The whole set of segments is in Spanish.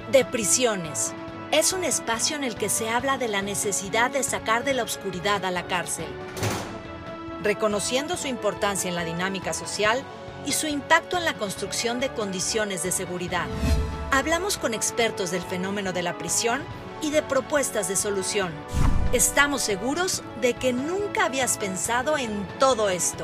De Prisiones. Es un espacio en el que se habla de la necesidad de sacar de la oscuridad a la cárcel, reconociendo su importancia en la dinámica social y su impacto en la construcción de condiciones de seguridad. Hablamos con expertos del fenómeno de la prisión y de propuestas de solución. Estamos seguros de que nunca habías pensado en todo esto.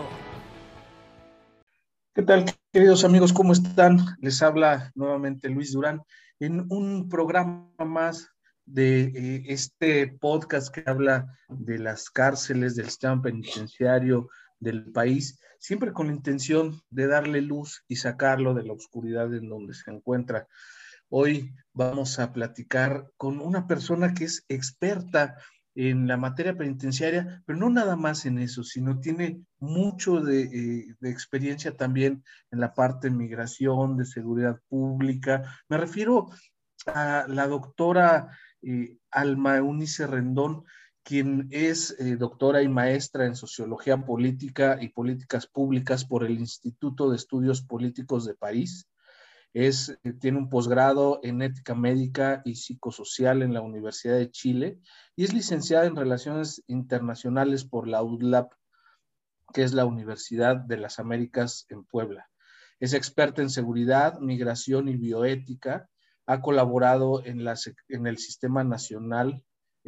¿Qué tal, queridos amigos? ¿Cómo están? Les habla nuevamente Luis Durán en un programa más de este podcast que habla de las cárceles, del sistema penitenciario del país, siempre con la intención de darle luz y sacarlo de la oscuridad en donde se encuentra. Hoy vamos a platicar con una persona que es experta en la materia penitenciaria, pero no nada más en eso, sino tiene mucho de experiencia también en la parte de migración, de seguridad pública. Me refiero a la doctora Alma Eunice Rendón, quien es doctora y maestra en Sociología Política y Políticas Públicas por el Instituto de Estudios Políticos de París. Tiene un posgrado en ética médica y psicosocial en la Universidad de Chile y es licenciada en Relaciones Internacionales por la UDLAP, que es la Universidad de las Américas en Puebla. Es experta en seguridad, migración y bioética. Ha colaborado en el Sistema Nacional,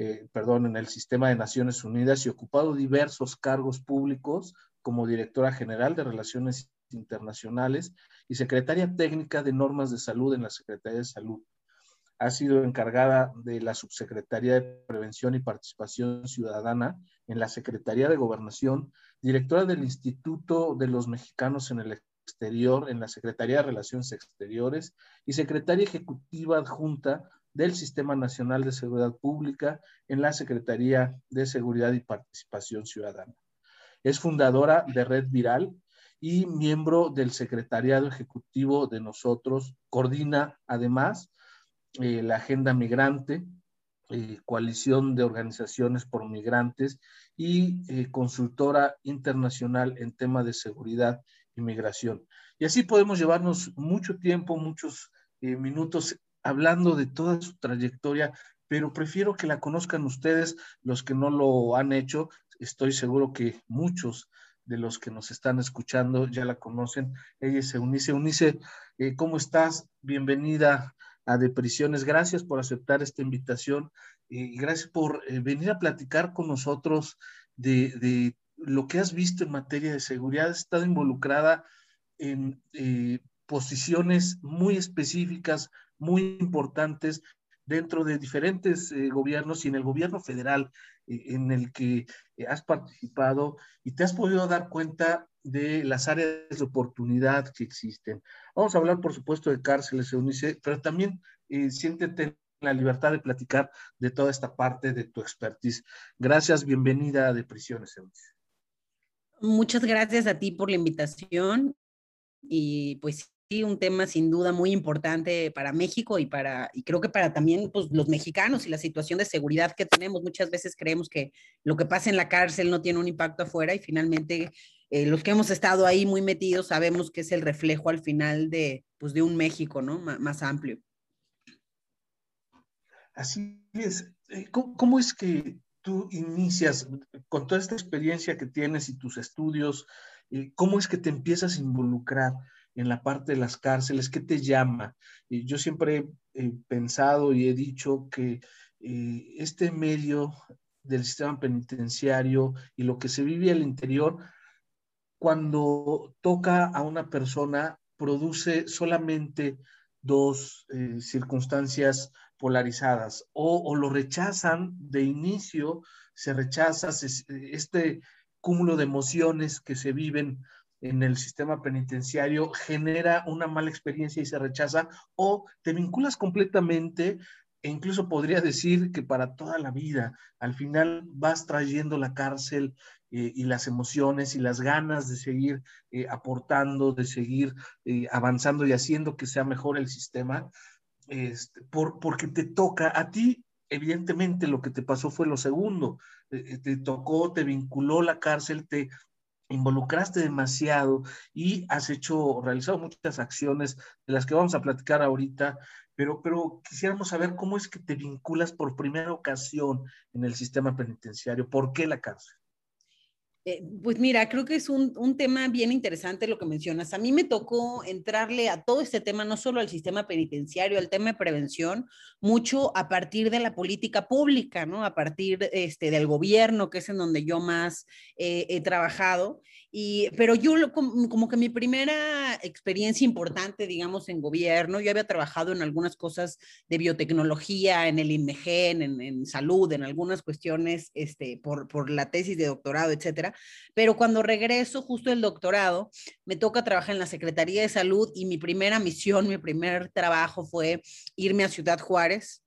en el Sistema de Naciones Unidas y ocupado diversos cargos públicos como directora general de Relaciones Internacionales y secretaria técnica de normas de salud en la Secretaría de Salud. Ha sido encargada de la Subsecretaría de Prevención y Participación Ciudadana en la Secretaría de Gobernación, directora del Instituto de los Mexicanos en el Exterior en la Secretaría de Relaciones Exteriores y secretaria ejecutiva adjunta del Sistema Nacional de Seguridad Pública en la Secretaría de Seguridad y Participación Ciudadana. Es fundadora de Red Viral y miembro del Secretariado Ejecutivo de Nosotros. Coordina además la Agenda Migrante, Coalición de Organizaciones por Migrantes y consultora internacional en tema de seguridad y migración. Y así podemos llevarnos mucho tiempo, muchos minutos hablando de toda su trayectoria, pero prefiero que la conozcan ustedes, los que no lo han hecho. Estoy seguro que muchos de los que nos están escuchando ya la conocen. Ella es Eunice. Eunice, ¿cómo estás? Bienvenida a De Prisiones. Gracias por aceptar esta invitación y gracias por venir a platicar con nosotros de lo que has visto en materia de seguridad. Has estado involucrada en posiciones muy específicas, muy importantes dentro de diferentes gobiernos y en el gobierno federal en el que has participado y te has podido dar cuenta de las áreas de oportunidad que existen. Vamos a hablar, por supuesto, de cárceles, Eunice, pero también siéntete en la libertad de platicar de toda esta parte de tu expertise. Gracias, bienvenida a De Prisiones, Eunice. Muchas gracias a ti por la invitación y pues sí, un tema sin duda muy importante para México y creo que para también pues, los mexicanos y la situación de seguridad que tenemos. Muchas veces creemos que lo que pasa en la cárcel no tiene un impacto afuera y finalmente los que hemos estado ahí muy metidos sabemos que es el reflejo al final pues, de un México, ¿no? Más amplio. Así es. ¿Cómo es que tú inicias con toda esta experiencia que tienes y tus estudios? ¿Cómo es que te empiezas a involucrar en la parte de las cárceles? ¿Qué te llama? Yo siempre he pensado y he dicho que este medio del sistema penitenciario y lo que se vive al interior, cuando toca a una persona, produce solamente dos circunstancias polarizadas, o lo rechazan de inicio, se rechaza este cúmulo de emociones que se viven en el sistema penitenciario, genera una mala experiencia y se rechaza, o te vinculas completamente e incluso podría decir que para toda la vida, al final vas trayendo la cárcel y las emociones y las ganas de seguir aportando, de seguir avanzando y haciendo que sea mejor el sistema, porque te toca a ti. Evidentemente lo que te pasó fue lo segundo, te tocó, te vinculó la cárcel, te involucraste demasiado y has realizado muchas acciones de las que vamos a platicar ahorita, pero quisiéramos saber cómo es que te vinculas por primera ocasión en el sistema penitenciario. ¿Por qué la cárcel? Pues mira, creo que es un tema bien interesante lo que mencionas. A mí me tocó entrarle a todo este tema, no solo al sistema penitenciario, al tema de prevención, mucho a partir de la política pública, ¿no? A partir del gobierno, que es en donde yo más he trabajado. Pero yo como que mi primera experiencia importante, digamos, en gobierno, yo había trabajado en algunas cosas de biotecnología, en el INMEGEN, en salud, en algunas cuestiones por la tesis de doctorado, etcétera. Pero cuando regreso justo del doctorado, me toca trabajar en la Secretaría de Salud y mi primera misión, mi primer trabajo fue irme a Ciudad Juárez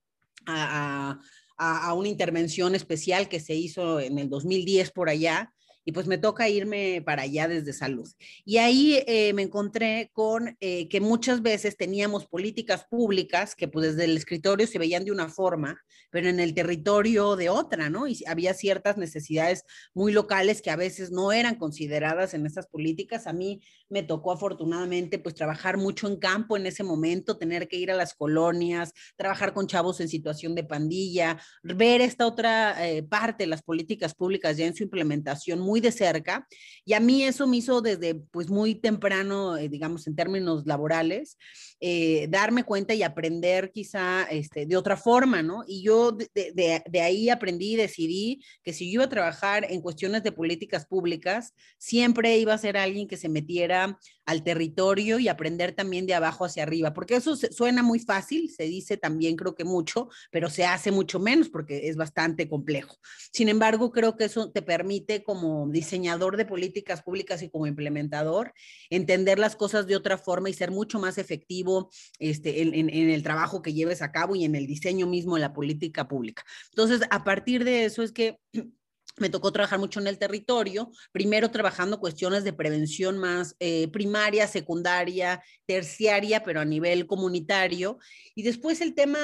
a una intervención especial que se hizo en el 2010 por allá, y pues me toca irme para allá desde salud. Y ahí me encontré con que muchas veces teníamos políticas públicas que pues desde el escritorio se veían de una forma, pero en el territorio de otra, ¿no? Y había ciertas necesidades muy locales que a veces no eran consideradas en esas políticas. A mí me tocó afortunadamente pues trabajar mucho en campo en ese momento, tener que ir a las colonias, trabajar con chavos en situación de pandilla, ver esta otra parte de las políticas públicas ya en su implementación muy de cerca, y a mí eso me hizo desde pues muy temprano, digamos en términos laborales, darme cuenta y aprender quizá de otra forma, ¿no? Y yo de ahí aprendí y decidí que si yo iba a trabajar en cuestiones de políticas públicas, siempre iba a ser alguien que se metiera al territorio y aprender también de abajo hacia arriba, porque eso suena muy fácil, se dice también creo que mucho, pero se hace mucho menos porque es bastante complejo. Sin embargo, creo que eso te permite como diseñador de políticas públicas y como implementador entender las cosas de otra forma y ser mucho más efectivo en el trabajo que lleves a cabo y en el diseño mismo de la política pública. Entonces, a partir de eso es que me tocó trabajar mucho en el territorio, primero trabajando cuestiones de prevención más primaria, secundaria, terciaria, pero a nivel comunitario, y después el tema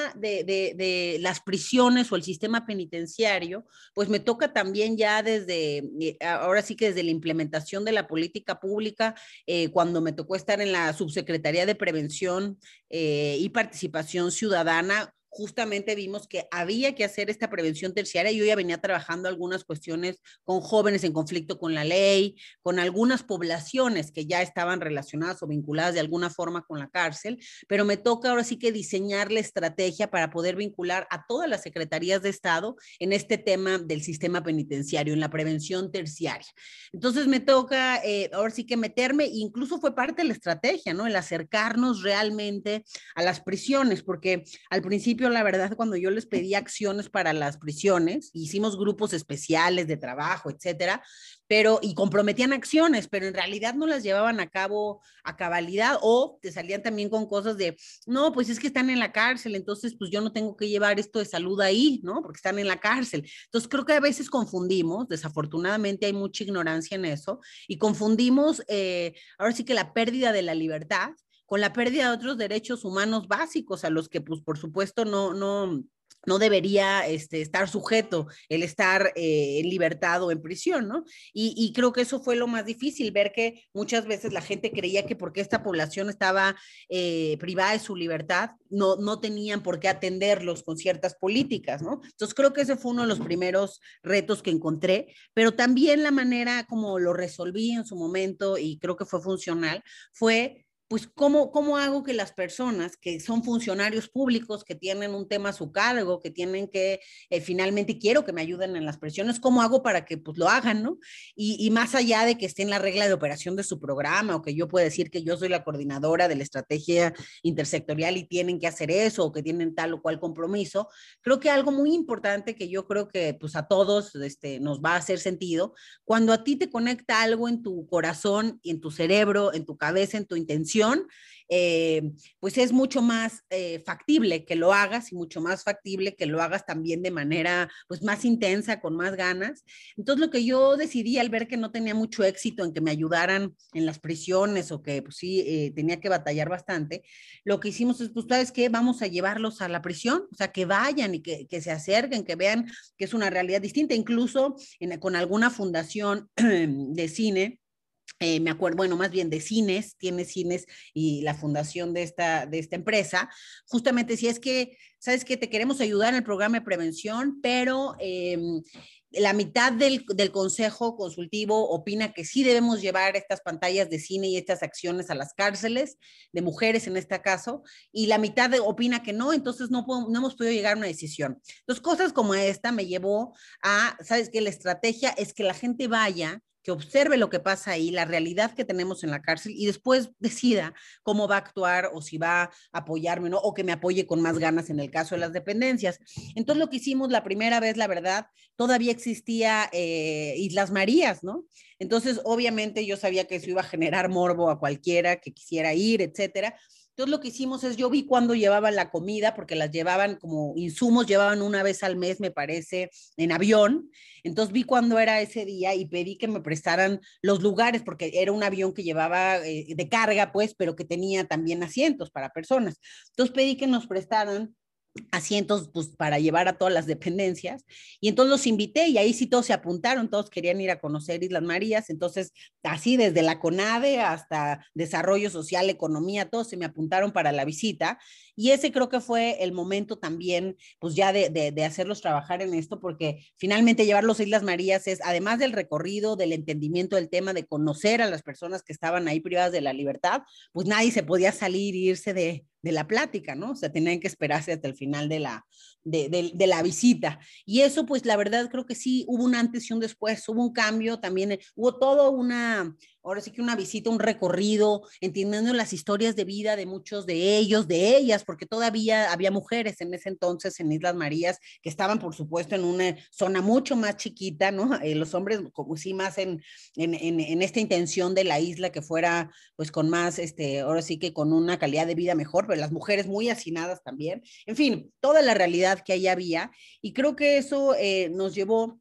de las prisiones o el sistema penitenciario, pues me toca también ya ahora sí que desde la implementación de la política pública, cuando me tocó estar en la Subsecretaría de Prevención y Participación Ciudadana, justamente vimos que había que hacer esta prevención terciaria. Yo ya venía trabajando algunas cuestiones con jóvenes en conflicto con la ley, con algunas poblaciones que ya estaban relacionadas o vinculadas de alguna forma con la cárcel, pero me toca ahora sí que diseñar la estrategia para poder vincular a todas las secretarías de Estado en este tema del sistema penitenciario, en la prevención terciaria. Entonces me toca ahora sí que meterme, incluso fue parte de la estrategia, ¿no? El acercarnos realmente a las prisiones, porque al principio, la verdad, cuando yo les pedí acciones para las prisiones, hicimos grupos especiales de trabajo, etcétera, y comprometían acciones, pero en realidad no las llevaban a cabo a cabalidad, o te salían también con cosas de, no, pues es que están en la cárcel, entonces pues yo no tengo que llevar esto de salud ahí, ¿no? Porque están en la cárcel. Entonces creo que a veces confundimos, desafortunadamente hay mucha ignorancia en eso, y confundimos ahora sí que la pérdida de la libertad con la pérdida de otros derechos humanos básicos a los que, pues, por supuesto, no debería estar sujeto el estar en libertad o en prisión, ¿no? Y creo que eso fue lo más difícil, ver que muchas veces la gente creía que porque esta población estaba privada de su libertad, no tenían por qué atenderlos con ciertas políticas, ¿no? Entonces creo que ese fue uno de los primeros retos que encontré, pero también la manera como lo resolví en su momento, y creo que fue funcional, fue pues ¿cómo hago que las personas que son funcionarios públicos, que tienen un tema a su cargo, que tienen que finalmente quiero que me ayuden en las presiones, cómo hago para que pues lo hagan, ¿no? Y más allá de que esté en la regla de operación de su programa, o que yo pueda decir que yo soy la coordinadora de la estrategia intersectorial y tienen que hacer eso, o que tienen tal o cual compromiso, creo que algo muy importante que yo creo que pues a todos nos va a hacer sentido, cuando a ti te conecta algo en tu corazón, en tu cerebro, en tu cabeza, en tu intención, pues es mucho más factible que lo hagas, y mucho más factible que lo hagas también de manera pues más intensa, con más ganas. Entonces lo que yo decidí al ver que no tenía mucho éxito en que me ayudaran en las prisiones, o que pues sí tenía que batallar bastante, lo que hicimos es, pues sabes qué, vamos a llevarlos a la prisión, o sea, que vayan y que se acerquen, que vean que es una realidad distinta, incluso con alguna fundación de cine me acuerdo, bueno, más bien de cines, tiene cines y la fundación de esta empresa, justamente si es que, sabes que te queremos ayudar en el programa de prevención, pero la mitad del consejo consultivo opina que sí debemos llevar estas pantallas de cine y estas acciones a las cárceles de mujeres en este caso, y la mitad opina que no, entonces no hemos podido llegar a una decisión. Entonces, cosas como esta me llevó a, sabes que la estrategia es que la gente vaya, que observe lo que pasa ahí, la realidad que tenemos en la cárcel y después decida cómo va a actuar o si va a apoyarme, ¿no? O que me apoye con más ganas en el caso de las dependencias. Entonces lo que hicimos la primera vez, la verdad, todavía existía Islas Marías, ¿no? Entonces obviamente yo sabía que eso iba a generar morbo a cualquiera que quisiera ir, etcétera. Entonces lo que hicimos es, yo vi cuando llevaban la comida, porque las llevaban como insumos, llevaban una vez al mes, me parece, en avión. Entonces vi cuándo era ese día y pedí que me prestaran los lugares, porque era un avión que llevaba de carga, pues, pero que tenía también asientos para personas. Entonces pedí que nos prestaran asientos pues, para llevar a todas las dependencias y entonces los invité y ahí sí todos se apuntaron, todos querían ir a conocer Islas Marías, entonces así desde la CONADE hasta Desarrollo Social, Economía, todos se me apuntaron para la visita y ese creo que fue el momento también pues ya de hacerlos trabajar en esto porque finalmente llevarlos a Islas Marías es además del recorrido, del entendimiento del tema, de conocer a las personas que estaban ahí privadas de la libertad, pues nadie se podía salir e irse de la plática, ¿no? O sea, tenían que esperarse hasta el final de la visita. Y eso, pues, la verdad, creo que sí, hubo un antes y un después, hubo un cambio también, hubo todo ahora sí que una visita, un recorrido, entendiendo las historias de vida de muchos de ellos, de ellas, porque todavía había mujeres en ese entonces en Islas Marías que estaban, por supuesto, en una zona mucho más chiquita, ¿no? Los hombres, como sí, más en esta intención de la isla que fuera, pues, con más, ahora sí que con una calidad de vida mejor, pero las mujeres muy hacinadas también. En fin, toda la realidad que ahí había. Y creo que eso nos llevó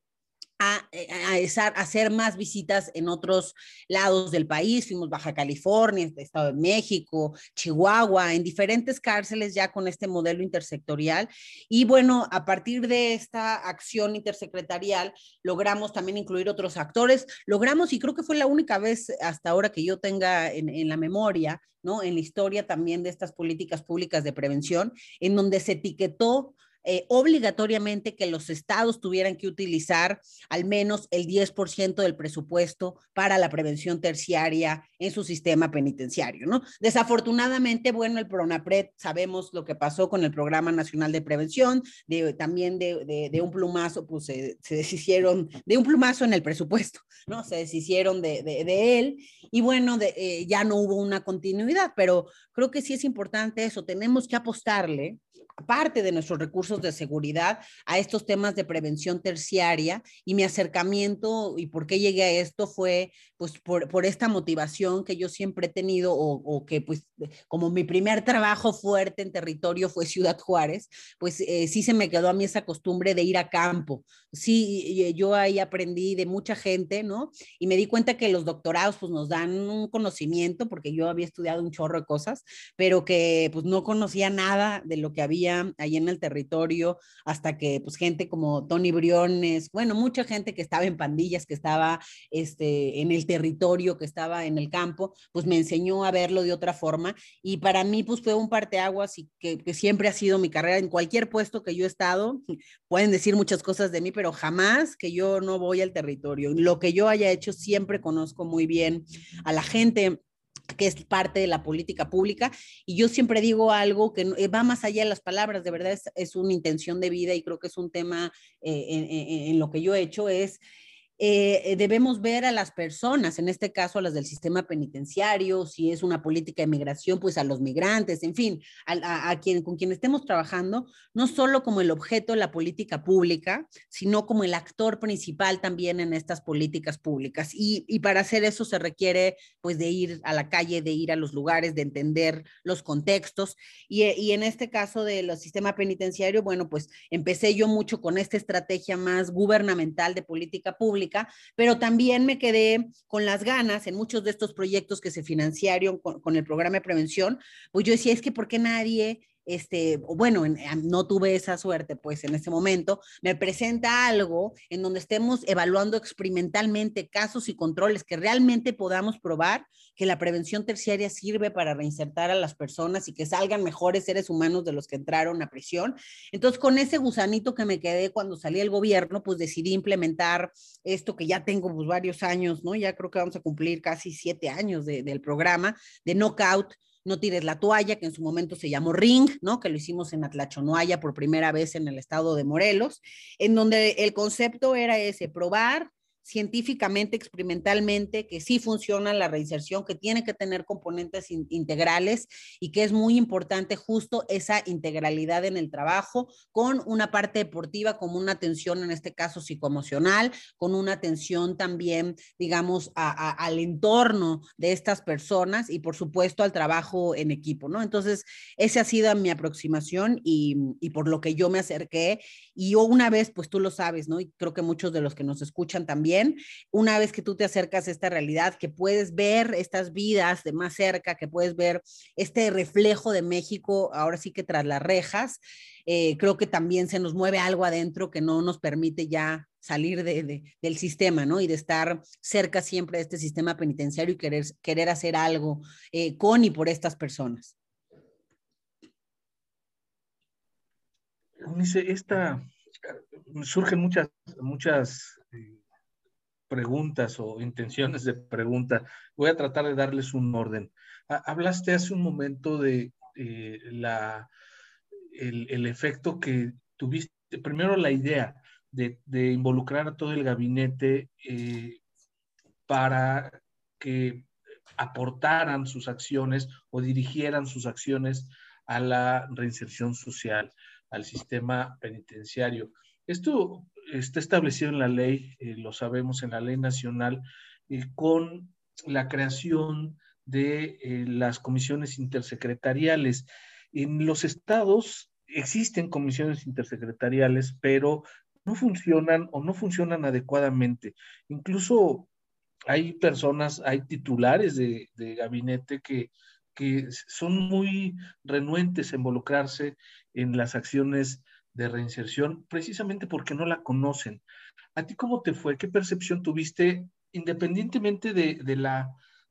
a hacer más visitas en otros lados del país. Fuimos Baja California, Estado de México, Chihuahua, en diferentes cárceles ya con este modelo intersectorial. Y bueno, a partir de esta acción intersecretarial, logramos también incluir otros actores. Logramos, y creo que fue la única vez hasta ahora que yo tenga en la memoria, ¿no? En la historia también de estas políticas públicas de prevención, en donde se etiquetó obligatoriamente que los estados tuvieran que utilizar al menos el 10% del presupuesto para la prevención terciaria en su sistema penitenciario, ¿no? Desafortunadamente, bueno, el PRONAPRED, sabemos lo que pasó con el Programa Nacional de Prevención, también de un plumazo, pues se deshicieron, de un plumazo en el presupuesto, ¿no? Se deshicieron de él y bueno, ya no hubo una continuidad, pero creo que sí es importante eso, tenemos que apostarle parte de nuestros recursos de seguridad a estos temas de prevención terciaria y mi acercamiento y por qué llegué a esto fue pues por esta motivación que yo siempre he tenido o que pues como mi primer trabajo fuerte en territorio fue Ciudad Juárez, pues sí se me quedó a mí esa costumbre de ir a campo. Sí, yo ahí aprendí de mucha gente, ¿no? Y me di cuenta que los doctorados pues nos dan un conocimiento porque yo había estudiado un chorro de cosas, pero que pues no conocía nada de lo que había ahí en el territorio, hasta que pues gente como Tony Briones, bueno, mucha gente que estaba en pandillas, que estaba en el territorio, que estaba en el campo, pues me enseñó a verlo de otra forma y para mí pues fue un parteaguas y que siempre ha sido mi carrera en cualquier puesto que yo he estado, pueden decir muchas cosas de mí, pero jamás que yo no voy al territorio. Lo que yo haya hecho siempre conozco muy bien a la gente que es parte de la política pública y yo siempre digo algo que va más allá de las palabras, de verdad es una intención de vida y creo que es un tema en lo que yo he hecho es debemos ver a las personas, en este caso a las del sistema penitenciario, si es una política de migración, pues a los migrantes, en fin, con quien estemos trabajando, no solo como el objeto de la política pública, sino como el actor principal también en estas políticas públicas. Y para hacer eso se requiere pues de ir a la calle, de ir a los lugares, de entender los contextos. Y en este caso del sistema penitenciario, bueno, pues empecé yo mucho con esta estrategia más gubernamental de política pública, pero también me quedé con las ganas en muchos de estos proyectos que se financiaron con el programa de prevención, pues yo decía, es que ¿por qué nadie bueno, no tuve esa suerte, pues en ese momento, me presenta algo en donde estemos evaluando experimentalmente casos y controles que realmente podamos probar que la prevención terciaria sirve para reinsertar a las personas y que salgan mejores seres humanos de los que entraron a prisión. Entonces, con ese gusanito que me quedé cuando salí del gobierno, pues decidí implementar esto que ya tengo pues, varios años, ¿no? Ya creo que vamos a cumplir casi 7 años del programa de Knockout, No Tires la Toalla, que en su momento se llamó Ring, ¿no? Que lo hicimos en Atlachonoaya por primera vez en el estado de Morelos, en donde el concepto era ese, probar científicamente, experimentalmente, que sí funciona la reinserción, que tiene que tener componentes integrales y que es muy importante justo esa integralidad en el trabajo, con una parte deportiva, como una atención, en este caso psicoemocional, con una atención también, digamos, al entorno de estas personas y por supuesto al trabajo en equipo, ¿no? Entonces, esa ha sido mi aproximación y por lo que yo me acerqué. Y una vez, pues tú lo sabes, ¿no? Y creo que muchos de los que nos escuchan también, una vez que tú te acercas a esta realidad, que puedes ver estas vidas de más cerca, que puedes ver este reflejo de México, ahora sí que tras las rejas, creo que también se nos mueve algo adentro que no nos permite ya salir del sistema, ¿no? Y de estar cerca siempre de este sistema penitenciario y querer hacer algo con y por estas personas. Dice, surgen muchas preguntas o intenciones de pregunta. Voy a tratar de darles un orden. Hablaste hace un momento de el efecto que tuviste, primero la idea de involucrar a todo el gabinete para que aportaran sus acciones o dirigieran sus acciones a la reinserción social, al sistema penitenciario. Esto está establecido en la ley, lo sabemos, en la ley nacional, con la creación de las comisiones intersecretariales. En los estados existen comisiones intersecretariales, pero no funcionan o no funcionan adecuadamente. Incluso hay personas, hay titulares de gabinete que son muy renuentes a involucrarse en las acciones de reinserción precisamente porque no la conocen. ¿A ti cómo te fue? ¿Qué percepción tuviste independientemente de la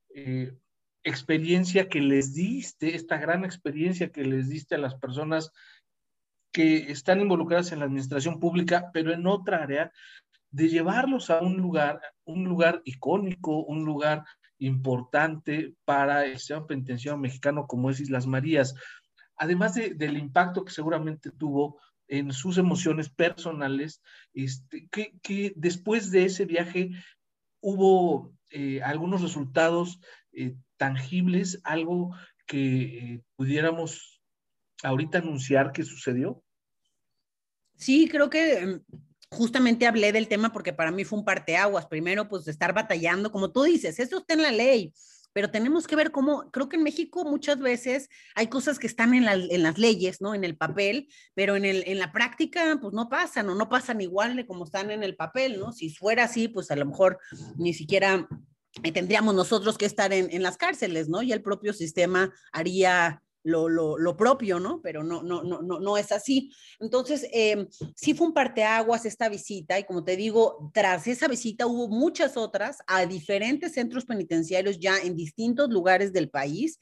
experiencia que les diste, esta gran experiencia que les diste a las personas que están involucradas en la administración pública, pero en otra área, de llevarlos a un lugar icónico, un lugar importante para el sistema penitenciario mexicano como es Islas Marías, además del impacto que seguramente tuvo en sus emociones personales, que después de ese viaje hubo algunos resultados tangibles, algo que pudiéramos ahorita anunciar que sucedió? Sí, creo que justamente hablé del tema porque para mí fue un parteaguas. Primero, pues de estar batallando, como tú dices, eso está en la ley, pero tenemos que ver cómo, creo que en México muchas veces hay cosas que están en las leyes, ¿no? En el papel, pero en la práctica, pues no pasan o no pasan igual de como están en el papel, ¿no? Si fuera así, pues a lo mejor ni siquiera tendríamos nosotros que estar en las cárceles, ¿no? Y el propio sistema haría lo propio, ¿no? Pero no es así. Entonces, sí fue un parteaguas esta visita y como te digo, tras esa visita hubo muchas otras a diferentes centros penitenciarios ya en distintos lugares del país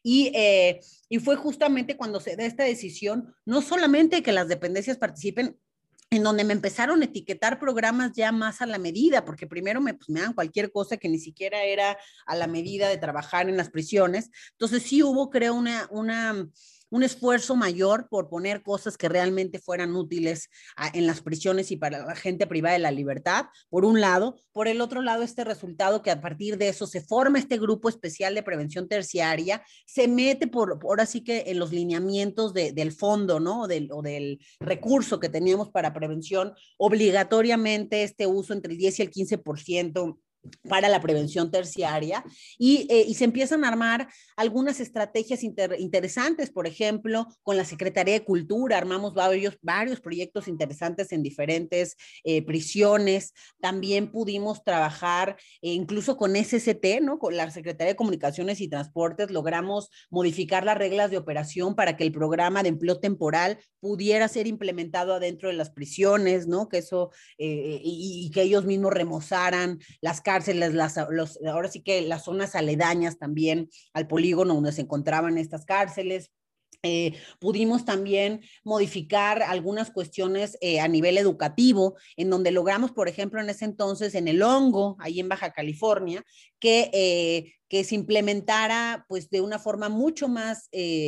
y fue justamente cuando se da esta decisión, no solamente que las dependencias participen, en donde me empezaron a etiquetar programas ya más a la medida, porque primero me dan cualquier cosa que ni siquiera era a la medida de trabajar en las prisiones. Entonces sí hubo, creo, un esfuerzo mayor por poner cosas que realmente fueran útiles en las prisiones y para la gente privada de la libertad, por un lado. Por el otro lado, este resultado que a partir de eso se forma este grupo especial de prevención terciaria, se mete ahora sí que en los lineamientos del fondo, ¿no? O del recurso que teníamos para prevención, obligatoriamente este uso entre el 10 y el 15% para la prevención terciaria y se empiezan a armar algunas estrategias interesantes. Por ejemplo, con la Secretaría de Cultura armamos varios proyectos interesantes en diferentes prisiones. También pudimos trabajar incluso con SST, ¿no? Con la Secretaría de Comunicaciones y Transportes logramos modificar las reglas de operación para que el programa de empleo temporal pudiera ser implementado adentro de las prisiones, ¿no? Que eso, y que ellos mismos remozaran las cárceles, ahora sí que las zonas aledañas también al polígono donde se encontraban estas cárceles. Pudimos también modificar algunas cuestiones a nivel educativo, en donde logramos, por ejemplo, en ese entonces en el Hongo, ahí en Baja California, que se implementara pues de una forma mucho más,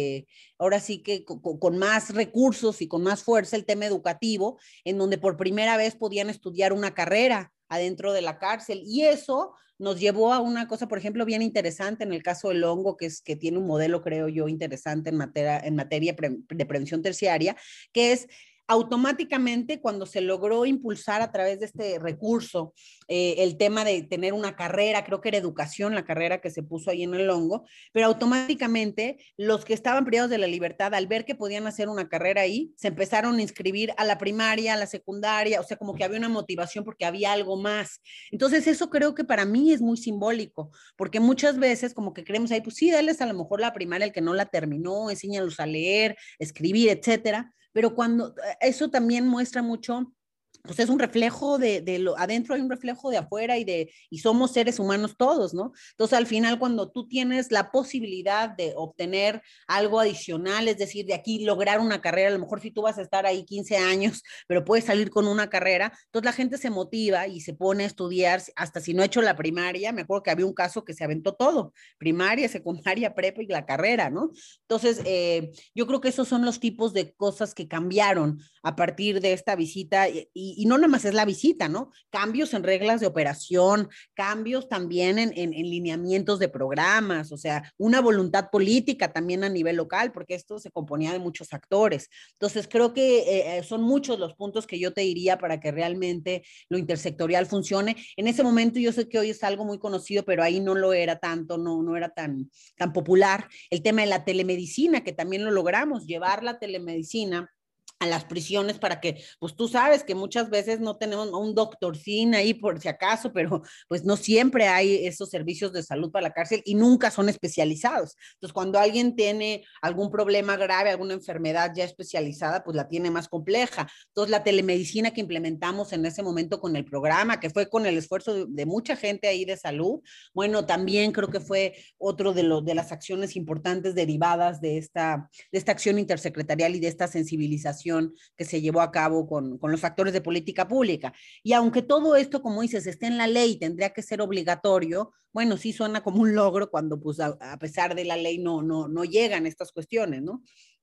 ahora sí que con más recursos y con más fuerza el tema educativo, en donde por primera vez podían estudiar una carrera adentro de la cárcel. Y eso nos llevó a una cosa, por ejemplo, bien interesante en el caso del Hongo, que tiene un modelo, creo yo, interesante en materia de prevención terciaria, que es automáticamente cuando se logró impulsar a través de este recurso el tema de tener una carrera, creo que era educación la carrera que se puso ahí en el Hongo, pero automáticamente los que estaban privados de la libertad, al ver que podían hacer una carrera ahí, se empezaron a inscribir a la primaria, a la secundaria, o sea, como que había una motivación porque había algo más. Entonces eso creo que para mí es muy simbólico, porque muchas veces como que creemos ahí, pues sí, dales a lo mejor la primaria el que no la terminó, enséñalos a leer, escribir, etcétera, pero cuando eso también muestra mucho, pues es un reflejo de lo adentro, hay un reflejo de afuera y somos seres humanos todos, ¿no? Entonces al final cuando tú tienes la posibilidad de obtener algo adicional, es decir, de aquí lograr una carrera, a lo mejor si tú vas a estar ahí 15 años, pero puedes salir con una carrera, entonces la gente se motiva y se pone a estudiar, hasta si no ha hecho la primaria, me acuerdo que había un caso que se aventó todo, primaria, secundaria, prepa y la carrera, ¿no? Entonces yo creo que esos son los tipos de cosas que cambiaron a partir de esta visita y no nada más es la visita, ¿no? Cambios en reglas de operación, cambios también en lineamientos de programas, o sea, una voluntad política también a nivel local, porque esto se componía de muchos actores. Entonces, creo que son muchos los puntos que yo te diría para que realmente lo intersectorial funcione. En ese momento yo sé que hoy es algo muy conocido, pero ahí no lo era tanto, no era tan popular. El tema de la telemedicina, que también lo logramos, llevar la telemedicina a las prisiones para que, pues tú sabes que muchas veces no tenemos un doctorcín ahí por si acaso, pero pues no siempre hay esos servicios de salud para la cárcel y nunca son especializados. Entonces, cuando alguien tiene algún problema grave, alguna enfermedad ya especializada, pues la tiene más compleja. Entonces, la telemedicina que implementamos en ese momento con el programa, que fue con el esfuerzo de mucha gente ahí de salud, bueno, también creo que fue otro de las acciones importantes derivadas de esta acción intersecretarial y de esta sensibilización que se llevó a cabo con los actores de política pública. Y aunque todo esto, como dices, esté en la ley, tendría que ser obligatorio, bueno, sí suena como un logro cuando pues a pesar de la ley no llegan estas cuestiones, ¿no?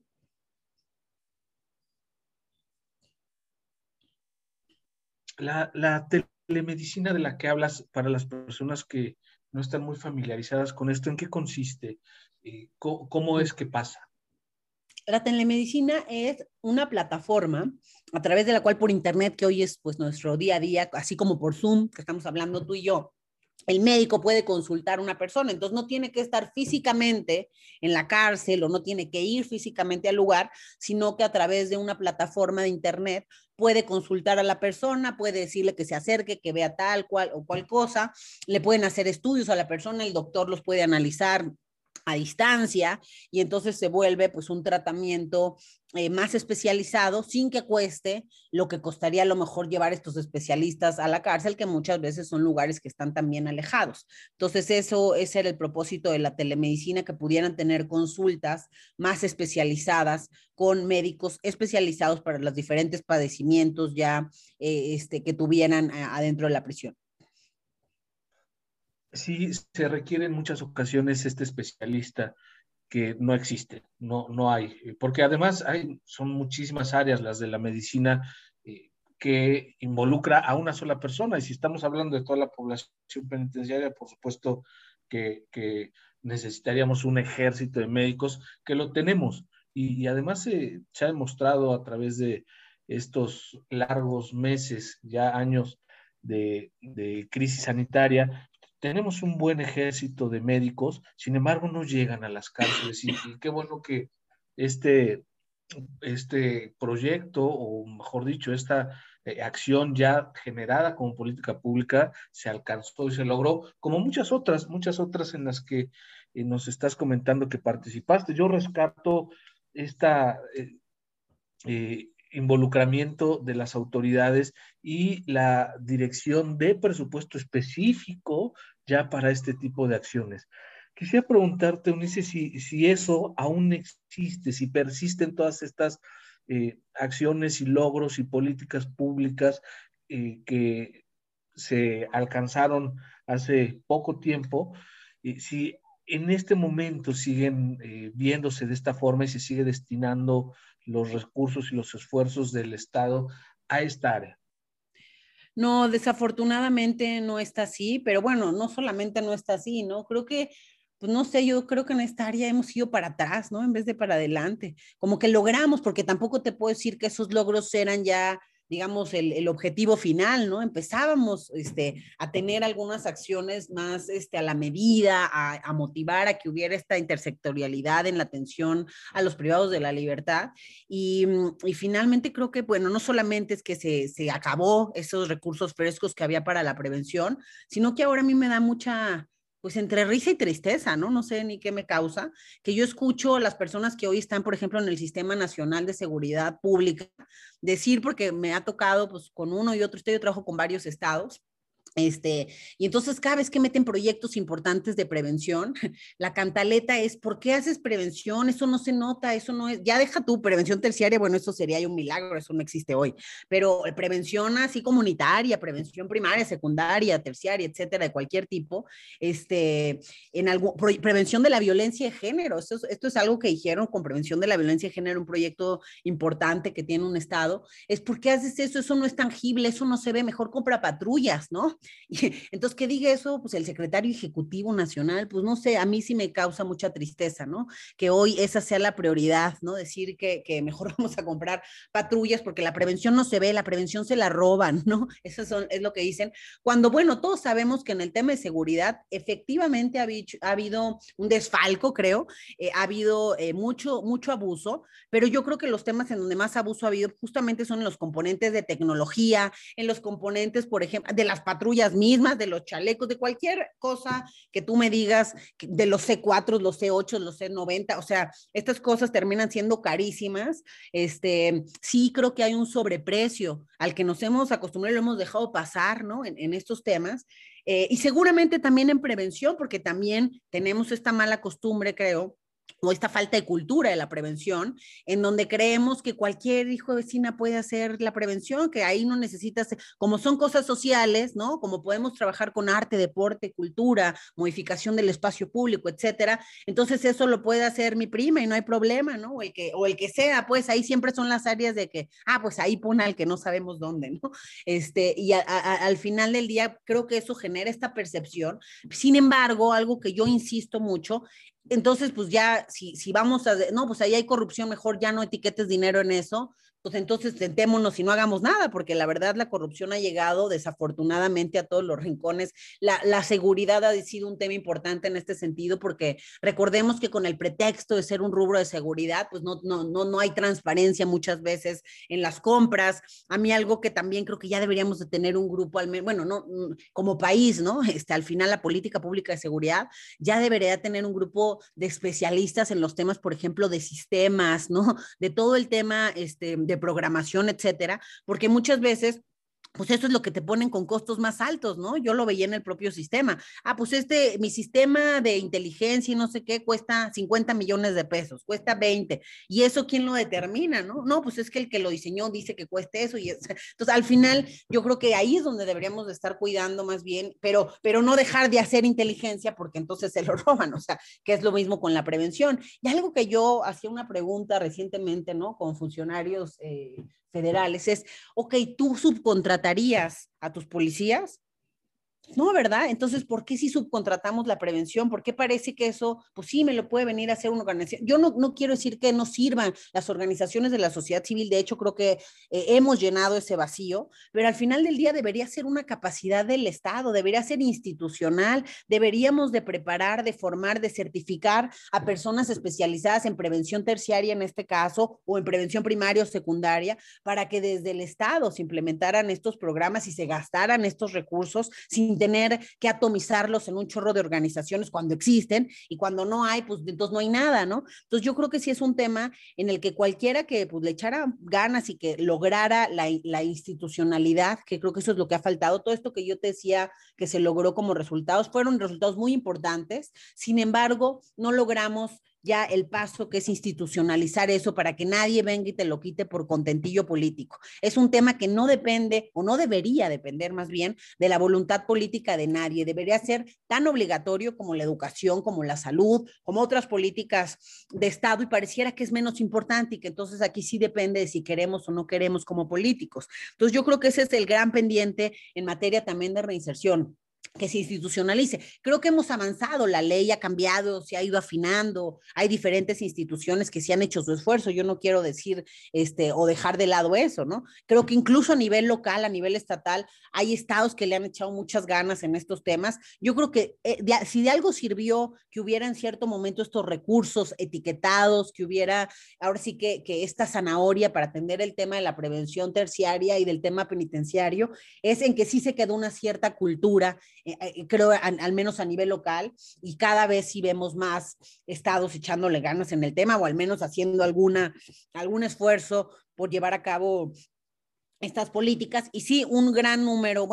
La telemedicina de la que hablas, para las personas que no están muy familiarizadas con esto, ¿en qué consiste? ¿Cómo es que pasa? La telemedicina es una plataforma a través de la cual por internet, que hoy es pues nuestro día a día, así como por Zoom, que estamos hablando tú y yo, el médico puede consultar a una persona, entonces no tiene que estar físicamente en la cárcel o no tiene que ir físicamente al lugar, sino que a través de una plataforma de internet puede consultar a la persona, puede decirle que se acerque, que vea tal cual o cual cosa, le pueden hacer estudios a la persona, el doctor los puede analizar a distancia y entonces se vuelve pues un tratamiento más especializado sin que cueste lo que costaría a lo mejor llevar estos especialistas a la cárcel, que muchas veces son lugares que están también alejados. Entonces ese era el propósito de la telemedicina, que pudieran tener consultas más especializadas con médicos especializados para los diferentes padecimientos ya que tuvieran adentro de la prisión. Sí, se requiere en muchas ocasiones este especialista que no existe, no hay, porque además son muchísimas áreas las de la medicina que involucra a una sola persona, y si estamos hablando de toda la población penitenciaria, por supuesto que necesitaríamos un ejército de médicos, que lo tenemos, y además se ha demostrado a través de estos largos meses, ya años, de crisis sanitaria. Tenemos un buen ejército de médicos, sin embargo no llegan a las cárceles y qué bueno que este, este proyecto, o mejor dicho, esta acción ya generada como política pública se alcanzó y se logró, como muchas otras en las que nos estás comentando que participaste. Yo rescato esta involucramiento de las autoridades y la dirección de presupuesto específico ya para este tipo de acciones. Quisiera preguntarte, Eunice, si eso aún existe, si persisten todas estas acciones y logros y políticas públicas que se alcanzaron hace poco tiempo, si en este momento siguen viéndose de esta forma y se sigue destinando los recursos y los esfuerzos del Estado a esta área. No, desafortunadamente no está así, pero bueno, no solamente no está así, ¿no? Creo que, pues no sé, yo creo que en esta área hemos ido para atrás, ¿no? En vez de para adelante. Como que logramos, porque tampoco te puedo decir que esos logros eran ya, digamos, el objetivo final, ¿no? Empezábamos a tener algunas acciones más a la medida, a motivar a que hubiera esta intersectorialidad en la atención a los privados de la libertad. Y finalmente creo que, bueno, no solamente es que se acabó esos recursos frescos que había para la prevención, sino que ahora a mí me da mucha, pues entre risa y tristeza, ¿no? No sé ni qué me causa, que yo escucho a las personas que hoy están, por ejemplo, en el Sistema Nacional de Seguridad Pública, decir, porque me ha tocado, pues con uno y otro, yo trabajo con varios estados, y entonces cada vez que meten proyectos importantes de prevención, la cantaleta es, ¿por qué haces prevención? Eso no se nota, eso no es, ya deja tu prevención terciaria, bueno, eso sería un milagro, eso no existe hoy, pero prevención así comunitaria, prevención primaria, secundaria, terciaria, etcétera, de cualquier tipo, prevención de la violencia de género, esto es algo que dijeron con prevención de la violencia de género, un proyecto importante que tiene un estado, es, ¿por qué haces eso? Eso no es tangible, eso no se ve, mejor compra patrullas, ¿no? Y entonces, que diga eso, pues el secretario ejecutivo nacional, pues no sé, a mí sí me causa mucha tristeza, ¿no? Que hoy esa sea la prioridad, ¿no? Decir que mejor vamos a comprar patrullas porque la prevención no se ve, la prevención se la roban, ¿no? Es lo que dicen. Cuando, bueno, todos sabemos que en el tema de seguridad efectivamente ha habido un desfalco, creo, ha habido mucho abuso, pero yo creo que los temas en donde más abuso ha habido justamente son en los componentes de tecnología, en los componentes, por ejemplo, de las patrullas mismas, de los chalecos, de cualquier cosa que tú me digas, de los C4, los C8, los C90, o sea, estas cosas terminan siendo carísimas. Sí creo que hay un sobreprecio al que nos hemos acostumbrado y lo hemos dejado pasar, ¿no? En estos temas. Y seguramente también en prevención, porque también tenemos esta mala costumbre, creo, o esta falta de cultura de la prevención, en donde creemos que cualquier hijo de vecina puede hacer la prevención, que ahí no necesitas, como son cosas sociales, ¿no? Como podemos trabajar con arte, deporte, cultura, modificación del espacio público, etcétera. Entonces eso lo puede hacer mi prima y no hay problema, ¿no? O el que sea, pues ahí siempre son las áreas de que, pues ahí pone al que no sabemos dónde, ¿no? Al final del día creo que eso genera esta percepción. Sin embargo, algo que yo insisto mucho, entonces, pues ya, si vamos a, no, pues ahí hay corrupción, mejor ya no etiquetes dinero en eso, pues entonces sentémonos y no hagamos nada, porque la verdad la corrupción ha llegado desafortunadamente a todos los rincones. La seguridad ha sido un tema importante en este sentido, porque recordemos que con el pretexto de ser un rubro de seguridad, pues no hay transparencia muchas veces en las compras. A mí algo que también creo que ya deberíamos de tener un grupo, al menos, bueno, no, como país, ¿no? Al final la política pública de seguridad ya debería tener un grupo de especialistas en los temas, por ejemplo, de sistemas, ¿no? De todo el tema de programación, etcétera, porque muchas veces pues eso es lo que te ponen con costos más altos, ¿no? Yo lo veía en el propio sistema. Pues mi sistema de inteligencia y no sé qué cuesta 50 millones de pesos, cuesta 20. ¿Y eso quién lo determina, no? No, pues es que el que lo diseñó dice que cueste eso. Entonces, al final, yo creo que ahí es donde deberíamos de estar cuidando más bien, pero no dejar de hacer inteligencia porque entonces se lo roban, o sea, que es lo mismo con la prevención. Y algo que yo hacía una pregunta recientemente, ¿no? Con funcionarios federales es, ok, ¿tú subcontratarías a tus policías? No, ¿verdad? Entonces, ¿por qué si subcontratamos la prevención? ¿Por qué parece que eso, pues sí, me lo puede venir a hacer una organización? Yo no quiero decir que no sirvan las organizaciones de la sociedad civil, de hecho creo que hemos llenado ese vacío, pero al final del día debería ser una capacidad del Estado, debería ser institucional, deberíamos de preparar, de formar, de certificar a personas especializadas en prevención terciaria en este caso, o en prevención primaria o secundaria, para que desde el Estado se implementaran estos programas y se gastaran estos recursos sin tener que atomizarlos en un chorro de organizaciones cuando existen, y cuando no hay, pues entonces no hay nada, ¿no? Entonces yo creo que sí es un tema en el que cualquiera que pues le echara ganas y que lograra la institucionalidad, que creo que eso es lo que ha faltado, todo esto que yo te decía que se logró como resultados, fueron resultados muy importantes, sin embargo, no logramos ya el paso que es institucionalizar eso para que nadie venga y te lo quite por contentillo político. Es un tema que no depende, o no debería depender más bien, de la voluntad política de nadie. Debería ser tan obligatorio como la educación, como la salud, como otras políticas de Estado, y pareciera que es menos importante y que entonces aquí sí depende de si queremos o no queremos como políticos. Entonces yo creo que ese es el gran pendiente en materia también de reinserción, que se institucionalice. Creo que hemos avanzado, la ley ha cambiado, se ha ido afinando, hay diferentes instituciones que se han hecho su esfuerzo, yo no quiero decir o dejar de lado eso, ¿no? Creo que incluso a nivel local, a nivel estatal, hay estados que le han echado muchas ganas en estos temas. Yo creo que si de algo sirvió que hubiera en cierto momento estos recursos etiquetados, que hubiera ahora sí que esta zanahoria para atender el tema de la prevención terciaria y del tema penitenciario, es en que sí se quedó una cierta cultura, creo al menos a nivel local, y cada vez sí vemos más estados echándole ganas en el tema, o al menos haciendo algún esfuerzo por llevar a cabo estas políticas, y sí, un gran número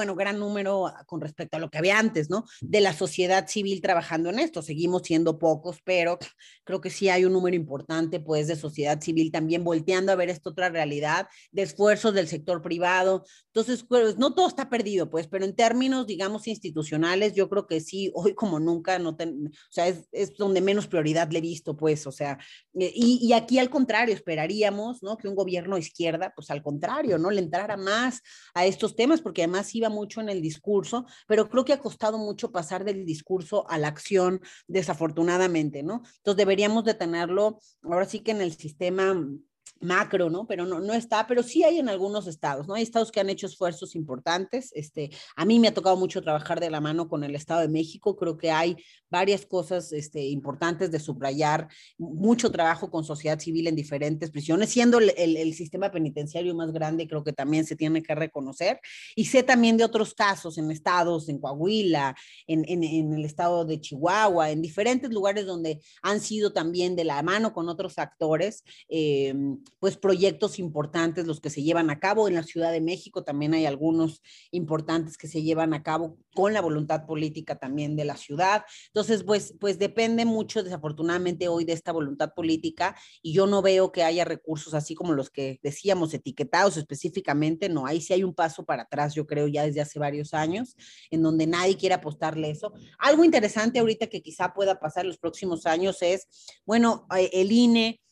con respecto a lo que había antes, ¿no? De la sociedad civil trabajando en esto. Seguimos siendo pocos, pero creo que sí hay un número importante, pues, de sociedad civil también volteando a ver esta otra realidad, de esfuerzos del sector privado. Entonces, pues, no todo está perdido, pues, pero en términos, digamos, institucionales, yo creo que sí, hoy como nunca, o sea, es donde menos prioridad le he visto, pues, o sea, y aquí al contrario, esperaríamos, ¿no? Que un gobierno de izquierda, pues al contrario, ¿no? Le entrara más a estos temas, porque además iba mucho en el discurso, pero creo que ha costado mucho pasar del discurso a la acción, desafortunadamente, ¿no? Entonces deberíamos de tenerlo ahora sí que en el sistema macro, ¿no? Pero no está, pero sí hay en algunos estados, ¿no? Hay estados que han hecho esfuerzos importantes. A mí me ha tocado mucho trabajar de la mano con el Estado de México. Creo que hay varias cosas importantes de subrayar, mucho trabajo con sociedad civil en diferentes prisiones, siendo el sistema penitenciario más grande, creo que también se tiene que reconocer. Y sé también de otros casos en estados, en Coahuila, en el estado de Chihuahua, en diferentes lugares donde han sido también de la mano con otros actores, pues proyectos importantes los que se llevan a cabo. En la Ciudad de México también hay algunos importantes que se llevan a cabo con la voluntad política también de la ciudad. Entonces, pues depende mucho, desafortunadamente, hoy de esta voluntad política, y yo no veo que haya recursos así como los que decíamos, etiquetados específicamente, no, ahí sí hay un paso para atrás, yo creo, ya desde hace varios años, en donde nadie quiere apostarle eso. Algo interesante ahorita que quizá pueda pasar en los próximos años es, bueno, el INE,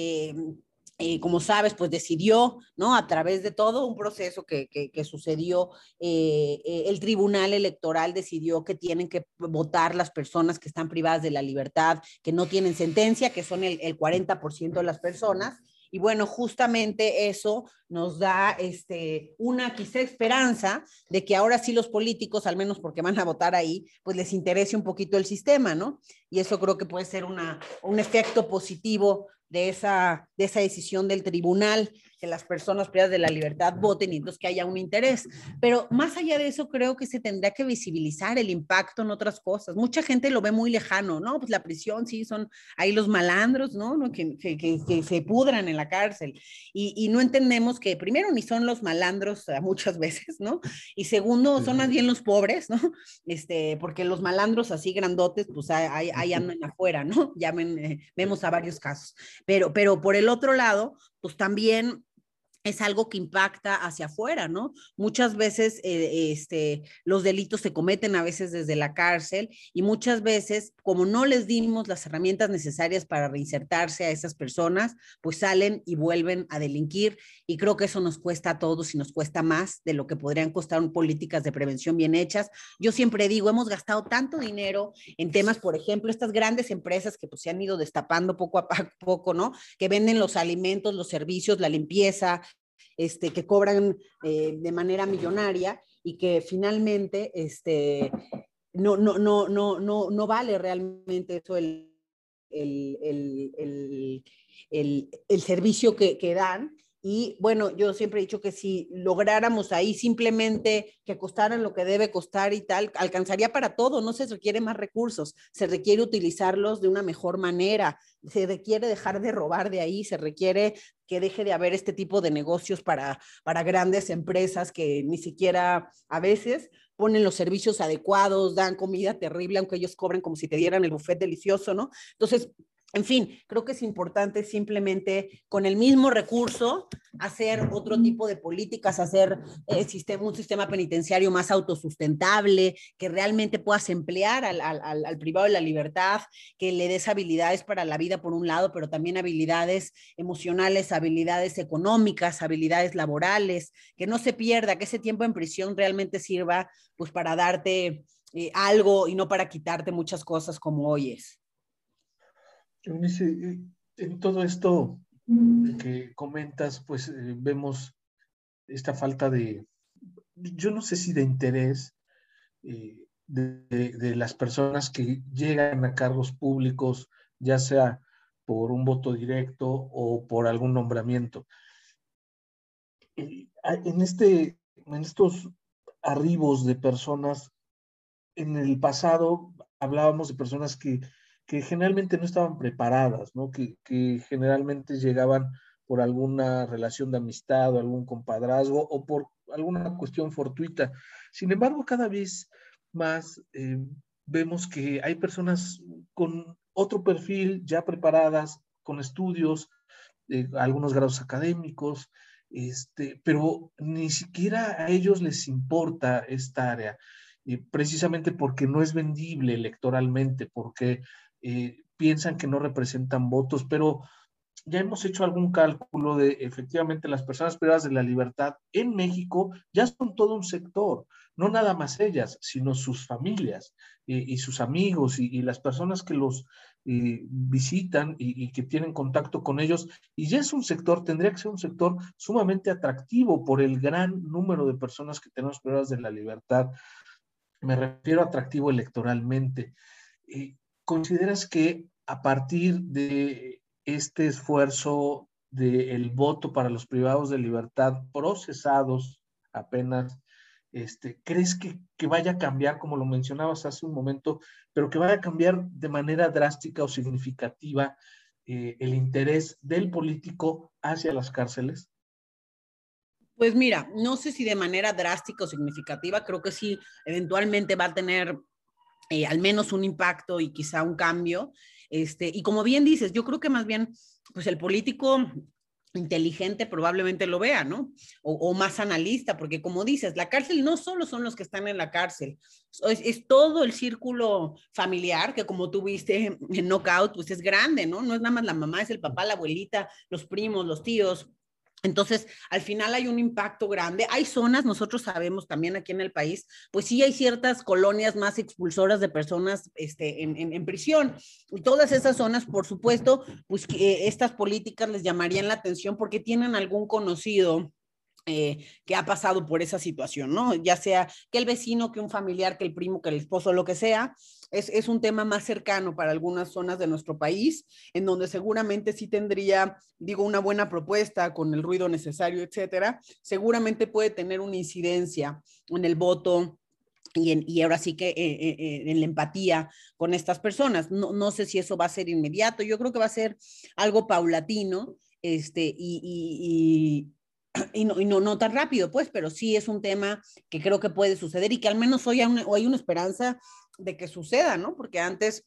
como sabes, pues decidió, ¿no? A través de todo un proceso que sucedió, el Tribunal Electoral decidió que tienen que votar las personas que están privadas de la libertad, que no tienen sentencia, que son el 40% de las personas. Y bueno, justamente eso nos da una quizá esperanza de que ahora sí los políticos, al menos porque van a votar ahí, pues les interese un poquito el sistema, ¿no? Y eso creo que puede ser un efecto positivo de esa decisión del tribunal, que las personas privadas de la libertad voten y entonces que haya un interés. Pero más allá de eso, creo que se tendrá que visibilizar el impacto en otras cosas. Mucha gente lo ve muy lejano, ¿no? Pues la prisión, sí, son ahí los malandros, ¿no? Que se pudran en la cárcel. Y no entendemos que, primero, ni son los malandros muchas veces, ¿no? Y segundo, son más bien los pobres, ¿no? Porque los malandros así grandotes, pues ahí andan afuera, ¿no? Ya vemos a varios casos. Pero por el otro lado, pues también es algo que impacta hacia afuera, ¿no? Muchas veces los delitos se cometen a veces desde la cárcel y muchas veces, como no les dimos las herramientas necesarias para reinsertarse a esas personas, pues salen y vuelven a delinquir y creo que eso nos cuesta a todos y nos cuesta más de lo que podrían costar políticas de prevención bien hechas. Yo siempre digo, hemos gastado tanto dinero en temas, por ejemplo, estas grandes empresas que pues se han ido destapando poco a poco, ¿no? Que venden los alimentos, los servicios, la limpieza, que cobran de manera millonaria y que finalmente no vale realmente eso el, el servicio que dan. Y bueno, yo siempre he dicho que si lográramos ahí simplemente que costaran lo que debe costar y tal, alcanzaría para todo, no se requiere más recursos, se requiere utilizarlos de una mejor manera, se requiere dejar de robar de ahí, se requiere que deje de haber este tipo de negocios para grandes empresas que ni siquiera a veces ponen los servicios adecuados, dan comida terrible, aunque ellos cobren como si te dieran el buffet delicioso, ¿no? Entonces, en fin, creo que es importante simplemente con el mismo recurso hacer otro tipo de políticas, hacer un sistema penitenciario más autosustentable, que realmente puedas emplear al privado de la libertad, que le des habilidades para la vida por un lado, pero también habilidades emocionales, habilidades económicas, habilidades laborales, que no se pierda, que ese tiempo en prisión realmente sirva pues para darte algo y no para quitarte muchas cosas como hoy es. En todo esto que comentas, pues vemos esta falta de, yo no sé si de interés de las personas que llegan a cargos públicos, ya sea por un voto directo o por algún nombramiento. En estos arribos de personas, en el pasado hablábamos de personas que generalmente no estaban preparadas, ¿no? Que generalmente llegaban por alguna relación de amistad o algún compadrazgo o por alguna cuestión fortuita. Sin embargo, cada vez más vemos que hay personas con otro perfil ya preparadas, con estudios, algunos grados académicos, pero ni siquiera a ellos les importa esta área, precisamente porque no es vendible electoralmente, porque piensan que no representan votos, pero ya hemos hecho algún cálculo de efectivamente las personas privadas de la libertad en México ya son todo un sector, no nada más ellas, sino sus familias y sus amigos y las personas que los visitan y que tienen contacto con ellos. Y ya es un sector, tendría que ser un sector sumamente atractivo por el gran número de personas que tenemos privadas de la libertad. Me refiero a atractivo electoralmente. ¿Consideras que a partir de este esfuerzo del voto para los privados de libertad procesados apenas, crees que vaya a cambiar, como lo mencionabas hace un momento, pero que vaya a cambiar de manera drástica o significativa el interés del político hacia las cárceles? Pues mira, no sé si de manera drástica o significativa, creo que sí, eventualmente va a tener al menos un impacto y quizá un cambio. Y como bien dices, yo creo que más bien, pues el político inteligente probablemente lo vea, ¿no? O más analista, porque como dices, la cárcel no solo son los que están en la cárcel, es todo el círculo familiar que como tú viste en Knockout, pues es grande, ¿no? No es nada más la mamá, es el papá, la abuelita, los primos, los tíos. Entonces, al final hay un impacto grande. Hay zonas, nosotros sabemos también aquí en el país, pues sí hay ciertas colonias más expulsoras de personas en prisión. Y todas esas zonas, por supuesto, pues estas políticas les llamarían la atención porque tienen algún conocido que ha pasado por esa situación, ¿no? Ya sea que el vecino, que un familiar, que el primo, que el esposo, lo que sea, es un tema más cercano para algunas zonas de nuestro país, en donde seguramente sí tendría, digo, una buena propuesta con el ruido necesario, etcétera, seguramente puede tener una incidencia en el voto y ahora sí que en la empatía con estas personas. No sé si eso va a ser inmediato, yo creo que va a ser algo paulatino, y no tan rápido, pues, pero sí es un tema que creo que puede suceder y que al menos hoy hay una esperanza de que suceda, ¿no? Porque antes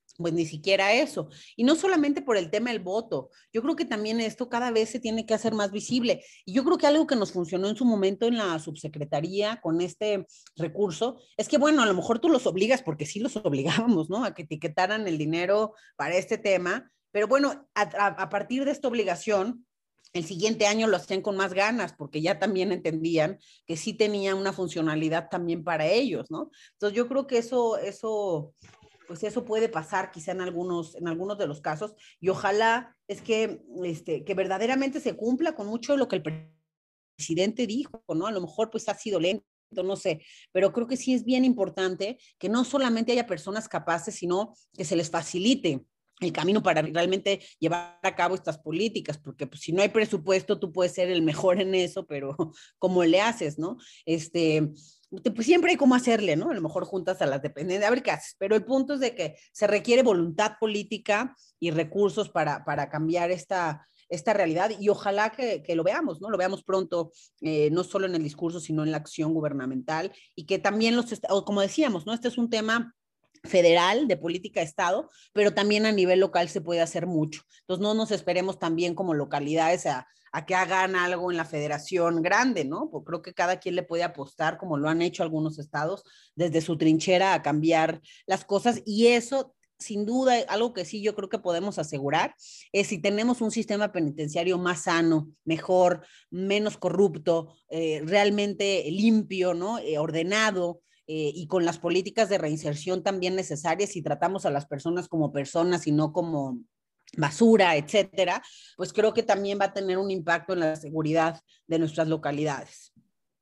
pues ni siquiera eso. Y no solamente por el tema del voto, yo creo que también esto cada vez se tiene que hacer más visible. Y yo creo que algo que nos funcionó en su momento en la subsecretaría con este recurso es que, bueno, a lo mejor tú los obligas, porque sí los obligábamos, ¿no? A que etiquetaran el dinero para este tema, pero bueno, a partir de esta obligación, el siguiente año lo hacían con más ganas, porque ya también entendían que sí tenía una funcionalidad también para ellos, ¿no? Entonces yo creo que pues eso puede pasar quizá en algunos de los casos, y ojalá es que verdaderamente se cumpla con mucho de lo que el presidente dijo, ¿no? A lo mejor pues ha sido lento, no sé, pero creo que sí es bien importante que no solamente haya personas capaces, sino que se les facilite el camino para realmente llevar a cabo estas políticas, porque pues, si no hay presupuesto, tú puedes ser el mejor en eso, pero ¿cómo le haces, no? Pues siempre hay cómo hacerle, ¿no? A lo mejor juntas a las dependencias, a ver qué haces, pero el punto es de que se requiere voluntad política y recursos para cambiar esta realidad, y ojalá que lo veamos, ¿no? Lo veamos pronto, no solo en el discurso, sino en la acción gubernamental, y que también como decíamos, ¿no? Este es un tema federal de política de Estado, pero también a nivel local se puede hacer mucho. Entonces no nos esperemos también como localidades a que hagan algo en la federación grande, ¿no? Porque creo que cada quien le puede apostar, como lo han hecho algunos estados, desde su trinchera a cambiar las cosas, y eso sin duda, algo que sí yo creo que podemos asegurar es si tenemos un sistema penitenciario más sano, mejor, menos corrupto, realmente limpio, ¿no? Ordenado, y con las políticas de reinserción también necesarias, y tratamos a las personas como personas y no como basura, etcétera, pues creo que también va a tener un impacto en la seguridad de nuestras localidades.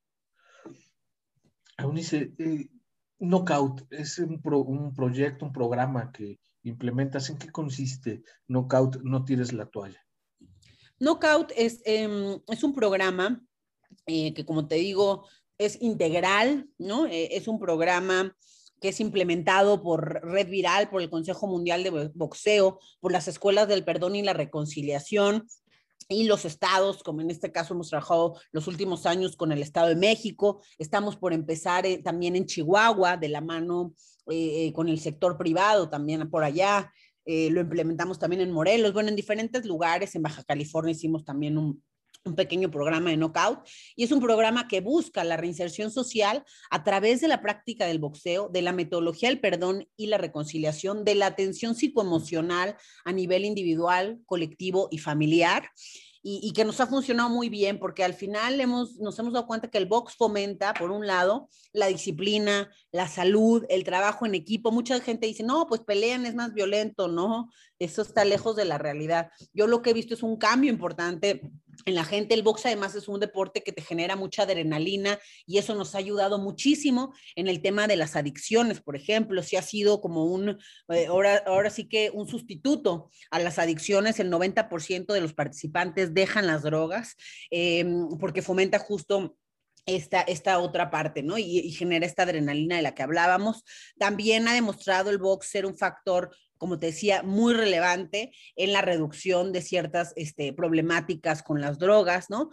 Eunice, Knockout es un proyecto, un programa que implementas. ¿En qué consiste Knockout? No tires la toalla. Knockout es un programa que, como te digo, es integral, ¿no? Es un programa que es implementado por Red Viral, por el Consejo Mundial de Boxeo, por las Escuelas del Perdón y la Reconciliación, y los estados, como en este caso hemos trabajado los últimos años con el Estado de México. Estamos por empezar también en Chihuahua, de la mano con el sector privado, también por allá. Lo implementamos también en Morelos, bueno, en diferentes lugares. En Baja California hicimos también un pequeño programa de Knockout, y es un programa que busca la reinserción social a través de la práctica del boxeo, de la metodología del perdón y la reconciliación, de la atención psicoemocional a nivel individual, colectivo y familiar. Y que nos ha funcionado muy bien, porque al final nos hemos dado cuenta que el box fomenta, por un lado, la disciplina, la salud, el trabajo en equipo. Mucha gente dice, no, pues pelean, es más violento, ¿no? Eso está lejos de la realidad. Yo lo que he visto es un cambio importante en la gente. El box además es un deporte que te genera mucha adrenalina, y eso nos ha ayudado muchísimo en el tema de las adicciones, por ejemplo. Sí ha sido como ahora sí que un sustituto a las adicciones. El 90% de los participantes dejan las drogas, porque fomenta justo esta otra parte, ¿no? Y genera esta adrenalina de la que hablábamos. También ha demostrado el box ser un factor, como te decía, muy relevante en la reducción de ciertas problemáticas con las drogas, ¿no?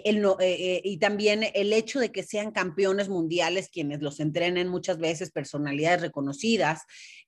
Y también el hecho de que sean campeones mundiales quienes los entrenen, muchas veces personalidades reconocidas,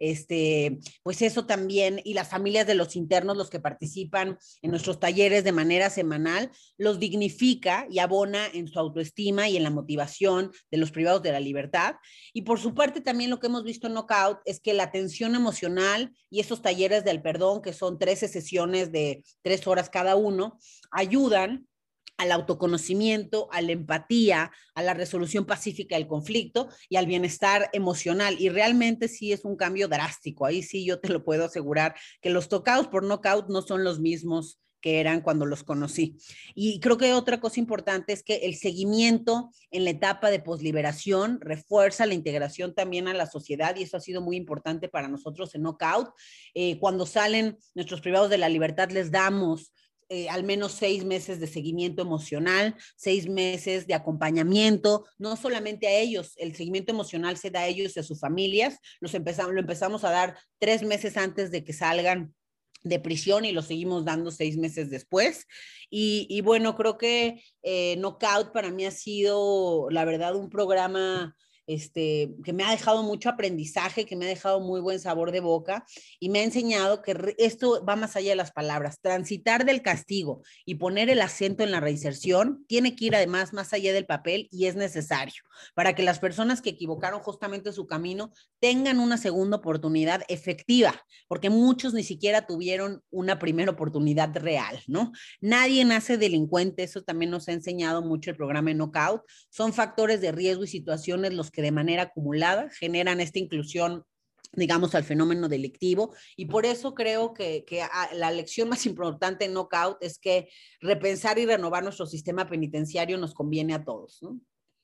pues eso también, y las familias de los internos, los que participan en nuestros talleres de manera semanal, los dignifica y abona en su autoestima y en la motivación de los privados de la libertad. Y por su parte también lo que hemos visto en Knockout es que la atención emocional y esos talleres del perdón, que son 13 sesiones de 3 horas cada uno, ayudan al autoconocimiento, a la empatía, a la resolución pacífica del conflicto y al bienestar emocional. Y realmente sí es un cambio drástico. Ahí sí yo te lo puedo asegurar, que los tocados por Knockout no son los mismos que eran cuando los conocí. Y creo que otra cosa importante es que el seguimiento en la etapa de posliberación refuerza la integración también a la sociedad, y eso ha sido muy importante para nosotros en Knockout. Cuando salen nuestros privados de la libertad, les damos al menos 6 meses de seguimiento emocional, 6 meses de acompañamiento, no solamente a ellos, el seguimiento emocional se da a ellos y a sus familias. Lo empezamos a dar 3 meses antes de que salgan de prisión, y lo seguimos dando 6 meses después. Y bueno, creo que Knockout para mí ha sido, la verdad, un programa que me ha dejado mucho aprendizaje, que me ha dejado muy buen sabor de boca y me ha enseñado que esto va más allá de las palabras. Transitar del castigo y poner el acento en la reinserción tiene que ir además más allá del papel y es necesario para que las personas que equivocaron justamente su camino tengan una segunda oportunidad efectiva, porque muchos ni siquiera tuvieron una primera oportunidad real, ¿no? Nadie nace delincuente, eso también nos ha enseñado mucho el programa de Knockout. Son factores de riesgo y situaciones los que de manera acumulada generan esta inclusión, digamos, al fenómeno delictivo, y por eso creo que la lección más importante en Knockout es que repensar y renovar nuestro sistema penitenciario nos conviene a todos, ¿no?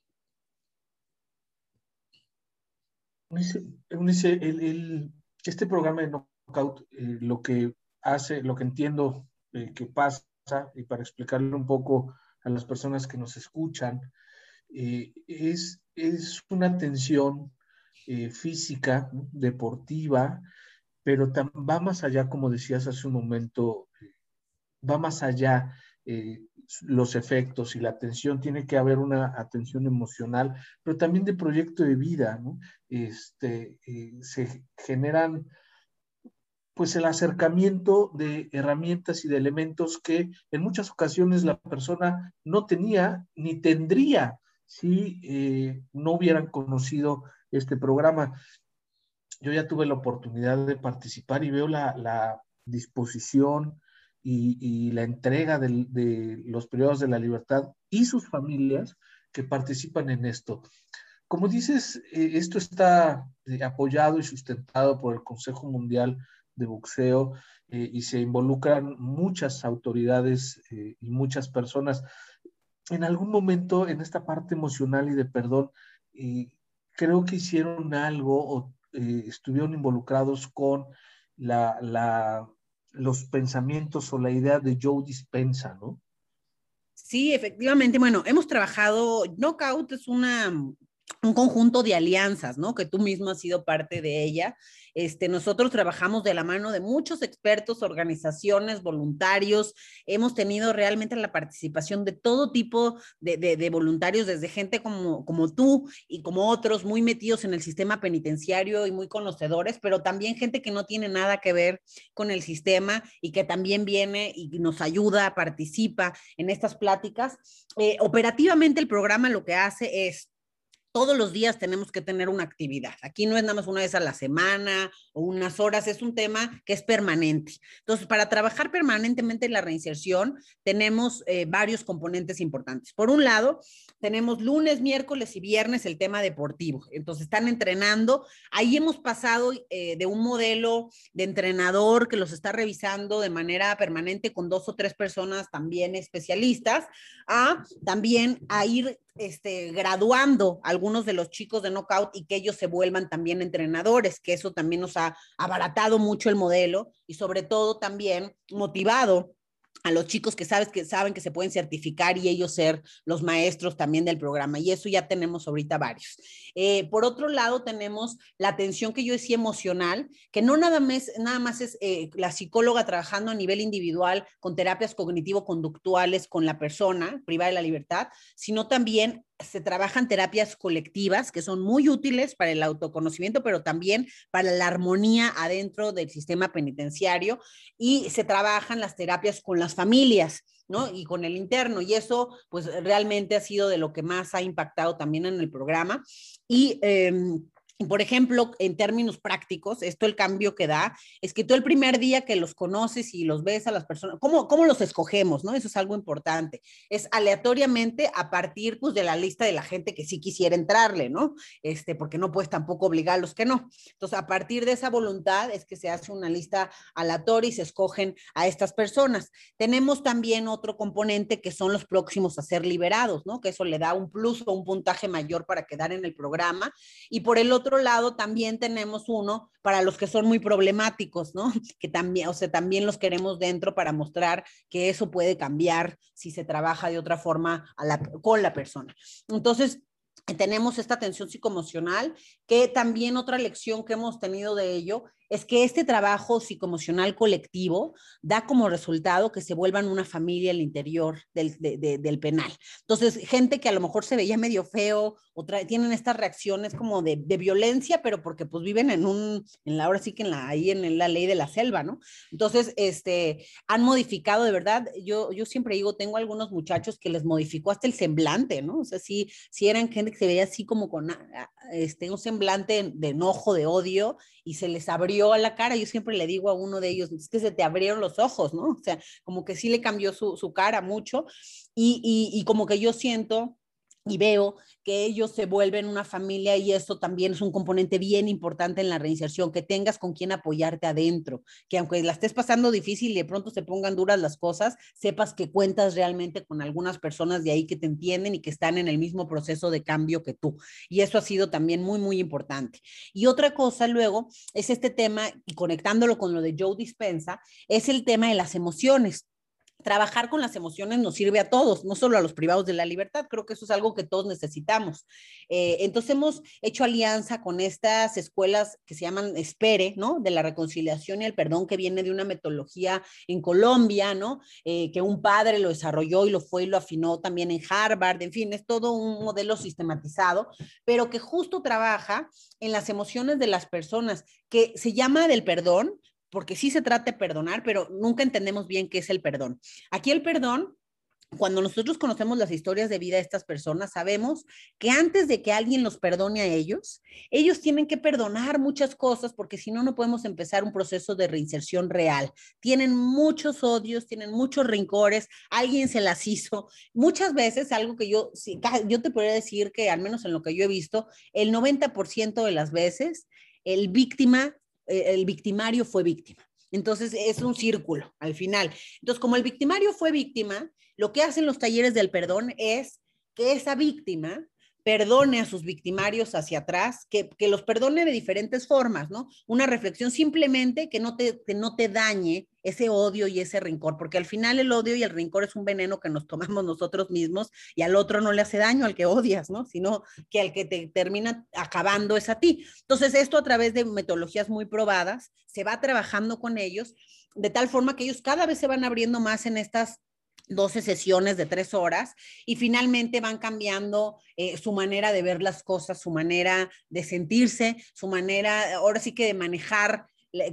Eunice, este programa de Knockout, lo que hace, lo que entiendo que pasa, y para explicarle un poco a las personas que nos escuchan, es una atención física, ¿no? Deportiva, pero va más allá, como decías hace un momento, va más allá los efectos y la atención, tiene que haber una atención emocional, pero también de proyecto de vida, ¿no? Se generan pues el acercamiento de herramientas y de elementos que en muchas ocasiones la persona no tenía ni tendría si no hubieran conocido este programa. Yo ya tuve la oportunidad de participar y veo la disposición y la entrega de los privados de la libertad y sus familias que participan en esto. Como dices, esto está apoyado y sustentado por el Consejo Mundial de Boxeo y se involucran muchas autoridades y muchas personas. En algún momento, en esta parte emocional y de perdón, eh, creo que hicieron algo o estuvieron involucrados con los pensamientos o la idea de Joe Dispenza, ¿no? Sí, efectivamente. Bueno, hemos trabajado, Knockout es un conjunto de alianzas, ¿no? Que tú mismo has sido parte de ella. Nosotros trabajamos de la mano de muchos expertos, organizaciones, voluntarios. Hemos tenido realmente la participación de todo tipo de voluntarios, desde gente como tú y como otros, muy metidos en el sistema penitenciario y muy conocedores, pero también gente que no tiene nada que ver con el sistema y que también viene y nos ayuda, participa en estas pláticas. Operativamente el programa lo que hace es todos los días tenemos que tener una actividad. Aquí no es nada más una vez a la semana o unas horas, es un tema que es permanente. Entonces, para trabajar permanentemente en la reinserción, tenemos varios componentes importantes. Por un lado, tenemos lunes, miércoles y viernes el tema deportivo. Entonces, están entrenando. Ahí hemos pasado de un modelo de entrenador que los está revisando de manera permanente con 2 o 3 personas también especialistas, a también a ir graduando algunos de los chicos de Knockout y que ellos se vuelvan también entrenadores, que eso también nos ha abaratado mucho el modelo y sobre todo también motivado a los chicos que saben que se pueden certificar y ellos ser los maestros también del programa. Y eso ya tenemos ahorita varios. Por otro lado, tenemos la atención que yo decía emocional, que no nada más es la psicóloga trabajando a nivel individual con terapias cognitivo-conductuales con la persona privada de la libertad, sino también se trabajan terapias colectivas que son muy útiles para el autoconocimiento, pero también para la armonía adentro del sistema penitenciario, y se trabajan las terapias con las familias, ¿no? Y con el interno, y eso pues realmente ha sido de lo que más ha impactado también en el programa. Y por ejemplo, en términos prácticos, esto el cambio que da es que tú el primer día que los conoces y los ves a las personas, ¿cómo los escogemos? ¿No? Eso es algo importante. Es aleatoriamente a partir pues, de la lista de la gente que sí quisiera entrarle, ¿no? Porque no puedes tampoco obligar a los que no. Entonces, a partir de esa voluntad es que se hace una lista aleatoria y se escogen a estas personas. Tenemos también otro componente que son los próximos a ser liberados, ¿no? Que eso le da un plus o un puntaje mayor para quedar en el programa. Y por el otro lado, también tenemos uno para los que son muy problemáticos, ¿no? Que también, o sea, también los queremos dentro para mostrar que eso puede cambiar si se trabaja de otra forma con la persona. Entonces, tenemos esta atención psicoemocional, que también otra lección que hemos tenido de ello es que este trabajo psicoemocional colectivo da como resultado que se vuelvan una familia al interior del penal. Entonces, gente que a lo mejor se veía medio feo o tienen estas reacciones como de violencia, pero porque pues viven ahora sí que ahí en la ley de la selva, ¿no? Entonces, han modificado de verdad, yo siempre digo, tengo algunos muchachos que les modificó hasta el semblante, ¿no? O sea, sí eran gente que se veía así como con un semblante de enojo, de odio, y se les abrió a la cara. Yo siempre le digo a uno de ellos, es que se te abrieron los ojos, ¿no? O sea, como que sí le cambió su cara mucho, y como que yo siento y veo que ellos se vuelven una familia, y eso también es un componente bien importante en la reinserción, que tengas con quien apoyarte adentro, que aunque la estés pasando difícil y de pronto se pongan duras las cosas, sepas que cuentas realmente con algunas personas de ahí que te entienden y que están en el mismo proceso de cambio que tú. Y eso ha sido también muy, muy importante. Y otra cosa luego es este tema, y conectándolo con lo de Joe Dispenza, es el tema de las emociones. Trabajar con las emociones nos sirve a todos, no solo a los privados de la libertad. Creo que eso es algo que todos necesitamos. Entonces hemos hecho alianza con estas escuelas que se llaman Espere, ¿no? De la reconciliación y el perdón, que viene de una metodología en Colombia, ¿no? Que un padre lo desarrolló y lo afinó también en Harvard. En fin, es todo un modelo sistematizado, pero que justo trabaja en las emociones de las personas, que se llama del perdón, porque sí se trata de perdonar, pero nunca entendemos bien qué es el perdón. Aquí el perdón, cuando nosotros conocemos las historias de vida de estas personas, sabemos que antes de que alguien los perdone a ellos tienen que perdonar muchas cosas, porque si no, no podemos empezar un proceso de reinserción real. Tienen muchos odios, tienen muchos rencores, alguien se las hizo. Muchas veces, algo que yo te podría decir que, al menos en lo que yo he visto, el 90% de las veces, el victimario fue víctima. Entonces es un círculo al final. Entonces, como el victimario fue víctima, lo que hacen los talleres del perdón es que esa víctima perdone a sus victimarios hacia atrás, que los perdone de diferentes formas, ¿no? Una reflexión, simplemente que no te dañe ese odio y ese rencor, porque al final el odio y el rencor es un veneno que nos tomamos nosotros mismos, y al otro no le hace daño al que odias, ¿no? Sino que al que te termina acabando es a ti. Entonces, esto a través de metodologías muy probadas, se va trabajando con ellos, de tal forma que ellos cada vez se van abriendo más en estas 12 sesiones de 3 horas, y finalmente van cambiando su manera de ver las cosas, su manera de sentirse, su manera, ahora sí que de manejar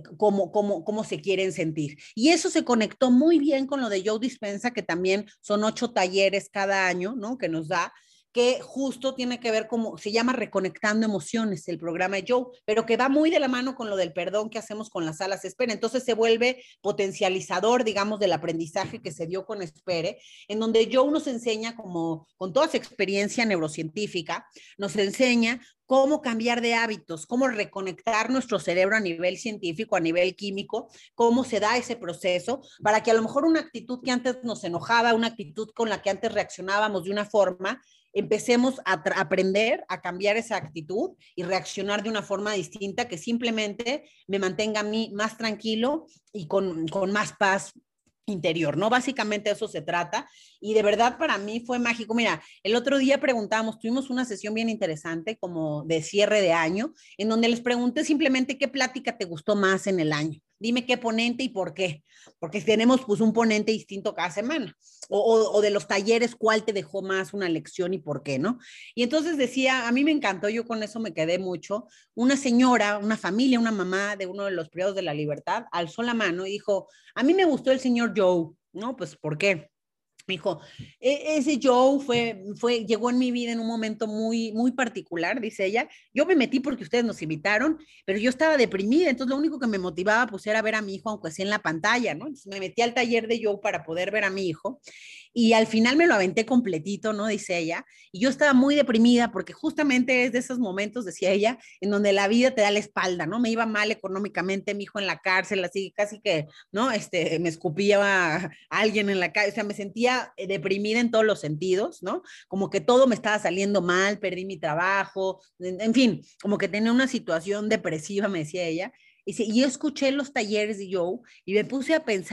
cómo se quieren sentir. Y eso se conectó muy bien con lo de Joe Dispenza, que también son 8 talleres cada año, ¿no? Que nos da, que justo tiene que ver, como se llama, Reconectando Emociones, el programa de Joe, pero que va muy de la mano con lo del perdón que hacemos con las salas Espere. Entonces se vuelve potencializador, digamos, del aprendizaje que se dio con Espere, en donde Joe nos enseña, como con toda su experiencia neurocientífica, nos enseña cómo cambiar de hábitos, cómo reconectar nuestro cerebro a nivel científico, a nivel químico, cómo se da ese proceso, para que a lo mejor una actitud que antes nos enojaba, una actitud con la que antes reaccionábamos de una forma, empecemos a aprender a cambiar esa actitud y reaccionar de una forma distinta, que simplemente me mantenga a mí más tranquilo y con más paz interior, ¿no? Básicamente eso se trata, y de verdad para mí fue mágico. Mira, el otro día tuvimos una sesión bien interesante, como de cierre de año, en donde les pregunté simplemente qué plática te gustó más en el año. Dime qué ponente y por qué, porque tenemos pues un ponente distinto cada semana, o de los talleres, cuál te dejó más una lección y por qué, ¿no? Y entonces decía, a mí me encantó, yo con eso me quedé mucho, una señora, una familia, una mamá de uno de los privados de la libertad, alzó la mano y dijo, a mí me gustó el señor Joe, ¿no? Pues, ¿por qué? Me dijo, ese Joe llegó en mi vida en un momento muy, muy particular, dice ella. Yo me metí porque ustedes nos invitaron, pero yo estaba deprimida, entonces lo único que me motivaba pues era ver a mi hijo, aunque sea en la pantalla, ¿no? Entonces me metí al taller de Joe para poder ver a mi hijo, y al final me lo aventé completito, ¿no? Dice ella, y yo estaba muy deprimida porque justamente es de esos momentos, decía ella, en donde la vida te da la espalda, ¿no? Me iba mal económicamente, mi hijo en la cárcel, así casi que, ¿no? Me escupía a alguien en la calle, o sea, me sentía deprimida en todos los sentidos, ¿no? Como que todo me estaba saliendo mal, perdí mi trabajo, en fin, como que tenía una situación depresiva, me decía ella. Y yo escuché los talleres de Joe y me puse a pensar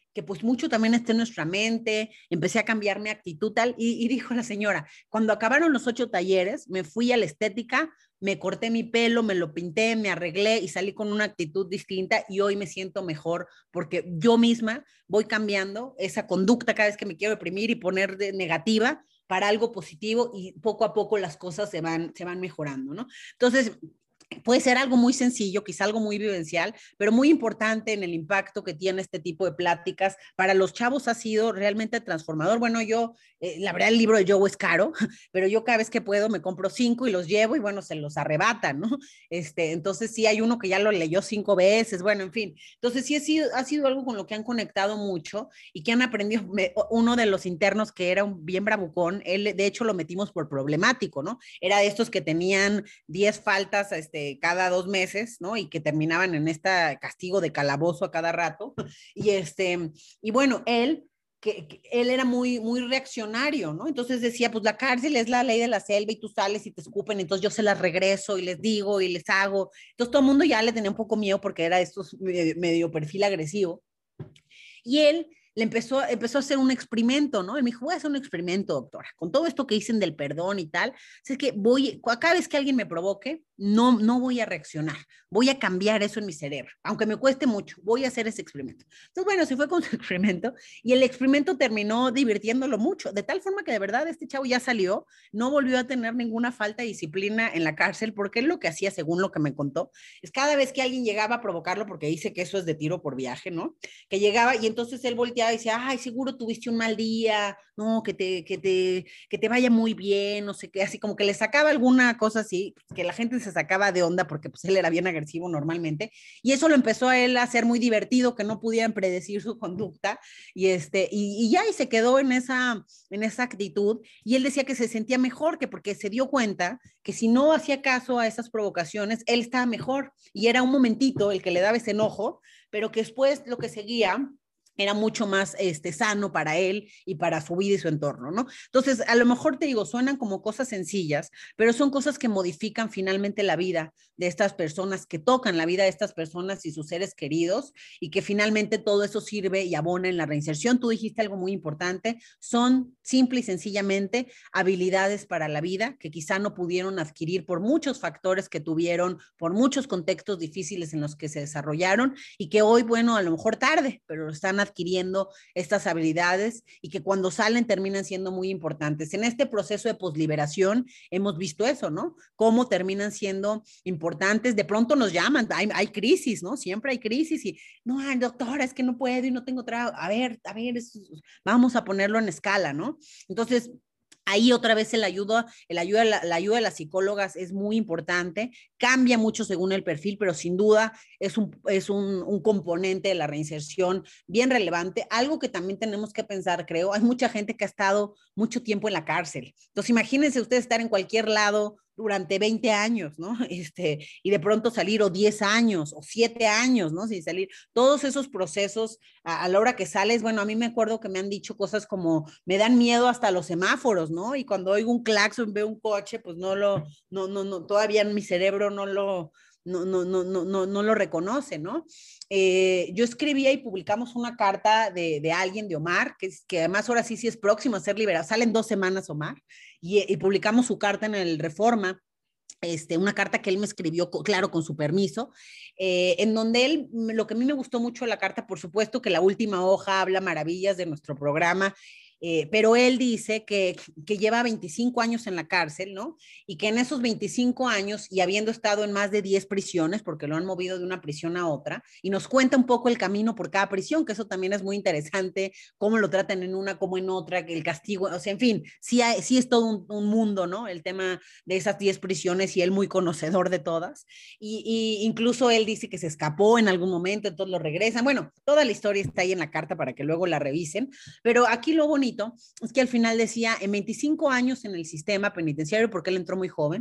que pues mucho también está en nuestra mente, empecé a cambiar mi actitud tal, y dijo la señora, cuando acabaron los 8 talleres, me fui a la estética, me corté mi pelo, me lo pinté, me arreglé y salí con una actitud distinta y hoy me siento mejor porque yo misma voy cambiando esa conducta cada vez que me quiero deprimir y poner de negativa para algo positivo y poco a poco las cosas se van mejorando, ¿no? Entonces, puede ser algo muy sencillo, quizá algo muy vivencial, pero muy importante en el impacto que tiene este tipo de pláticas. Para los chavos ha sido realmente transformador. Bueno, yo, la verdad, el libro de Joe es caro, pero yo cada vez que puedo me compro 5 y los llevo y bueno, se los arrebatan, ¿no? Entonces sí hay uno que ya lo leyó 5 veces, bueno, en fin. Entonces sí ha sido algo con lo que han conectado mucho y que han aprendido. Uno de los internos que era un bien bravucón, él de hecho lo metimos por problemático, ¿no? Era de estos que tenían 10 faltas, cada 2 meses, ¿no? Y que terminaban en este castigo de calabozo a cada rato. Y, y bueno, él era muy reaccionario, ¿no? Entonces decía, pues la cárcel es la ley de la selva y tú sales y te escupen, entonces yo se las regreso y les digo y les hago. Entonces todo el mundo ya le tenía un poco miedo porque era estos medio perfil agresivo. Y él empezó a hacer un experimento, ¿no? Él me dijo, voy a hacer un experimento, doctora, con todo esto que dicen del perdón y tal, es que cada vez que alguien me provoque, no voy a reaccionar, voy a cambiar eso en mi cerebro, aunque me cueste mucho, voy a hacer ese experimento. Entonces, bueno, se fue con su experimento y el experimento terminó divirtiéndolo mucho, de tal forma que de verdad este chavo ya salió, no volvió a tener ninguna falta de disciplina en la cárcel, porque él lo que hacía, según lo que me contó, es cada vez que alguien llegaba a provocarlo, porque dice que eso es de tiro por viaje, ¿no? Que llegaba y entonces él volteaba y decía, ay, seguro tuviste un mal día, no, que te vaya muy bien, no sé qué, así como que le sacaba alguna cosa así, que la gente se sacaba de onda porque pues él era bien agresivo normalmente, y eso lo empezó a él a hacer muy divertido, que no pudieran predecir su conducta, y ya, y se quedó en esa actitud, y él decía que se sentía mejor, que porque se dio cuenta que si no hacía caso a esas provocaciones, él estaba mejor, y era un momentito el que le daba ese enojo, pero que después lo que seguía era mucho más sano para él y para su vida y su entorno, ¿no? Entonces, a lo mejor te digo, suenan como cosas sencillas, pero son cosas que modifican finalmente la vida de estas personas, que tocan la vida de estas personas y sus seres queridos, y que finalmente todo eso sirve y abona en la reinserción. Tú dijiste algo muy importante, son simple y sencillamente habilidades para la vida que quizá no pudieron adquirir por muchos factores que tuvieron, por muchos contextos difíciles en los que se desarrollaron, y que hoy, bueno, a lo mejor tarde, pero lo están adquiriendo estas habilidades, y que cuando salen terminan siendo muy importantes. En este proceso de posliberación hemos visto eso, ¿no? Cómo terminan siendo importantes. De pronto nos llaman, hay crisis, ¿no? Siempre hay crisis y, no, doctora, es que no puedo y no tengo trabajo. A ver, vamos a ponerlo en escala, ¿no? Entonces, ahí otra vez la ayuda de las psicólogas es muy importante, cambia mucho según el perfil, pero sin duda es un componente de la reinserción bien relevante. Algo que también tenemos que pensar, creo, hay mucha gente que ha estado mucho tiempo en la cárcel. Entonces, imagínense ustedes estar en cualquier lado durante 20 años, ¿no? Y de pronto salir, o 10 años, o 7 años, ¿no? Sin salir. Todos esos procesos, a la hora que sales, bueno, a mí me acuerdo que me han dicho cosas como, me dan miedo hasta los semáforos, ¿no? Y cuando oigo un claxon, veo un coche, pues todavía en mi cerebro no lo reconoce, ¿no? Yo escribía y publicamos una carta de alguien, de Omar, que además ahora sí es próximo a ser liberado, salen 2 semanas Omar, y publicamos su carta en el Reforma, una carta que él me escribió, claro, con su permiso, en donde lo que a mí me gustó mucho de la carta, por supuesto que la última hoja habla maravillas de nuestro programa, pero él dice que lleva 25 años en la cárcel, ¿no? Y que en esos 25 años, y habiendo estado en más de 10 prisiones, porque lo han movido de una prisión a otra, y nos cuenta un poco el camino por cada prisión, que eso también es muy interesante, cómo lo tratan en una, como en otra, el castigo, o sea, en fin, sí es todo un mundo, ¿no? El tema de esas 10 prisiones, y él muy conocedor de todas, y incluso él dice que se escapó en algún momento, entonces lo regresan. Bueno, toda la historia está ahí en la carta para que luego la revisen, pero aquí lo bonito es que al final decía, en 25 años en el sistema penitenciario, porque él entró muy joven,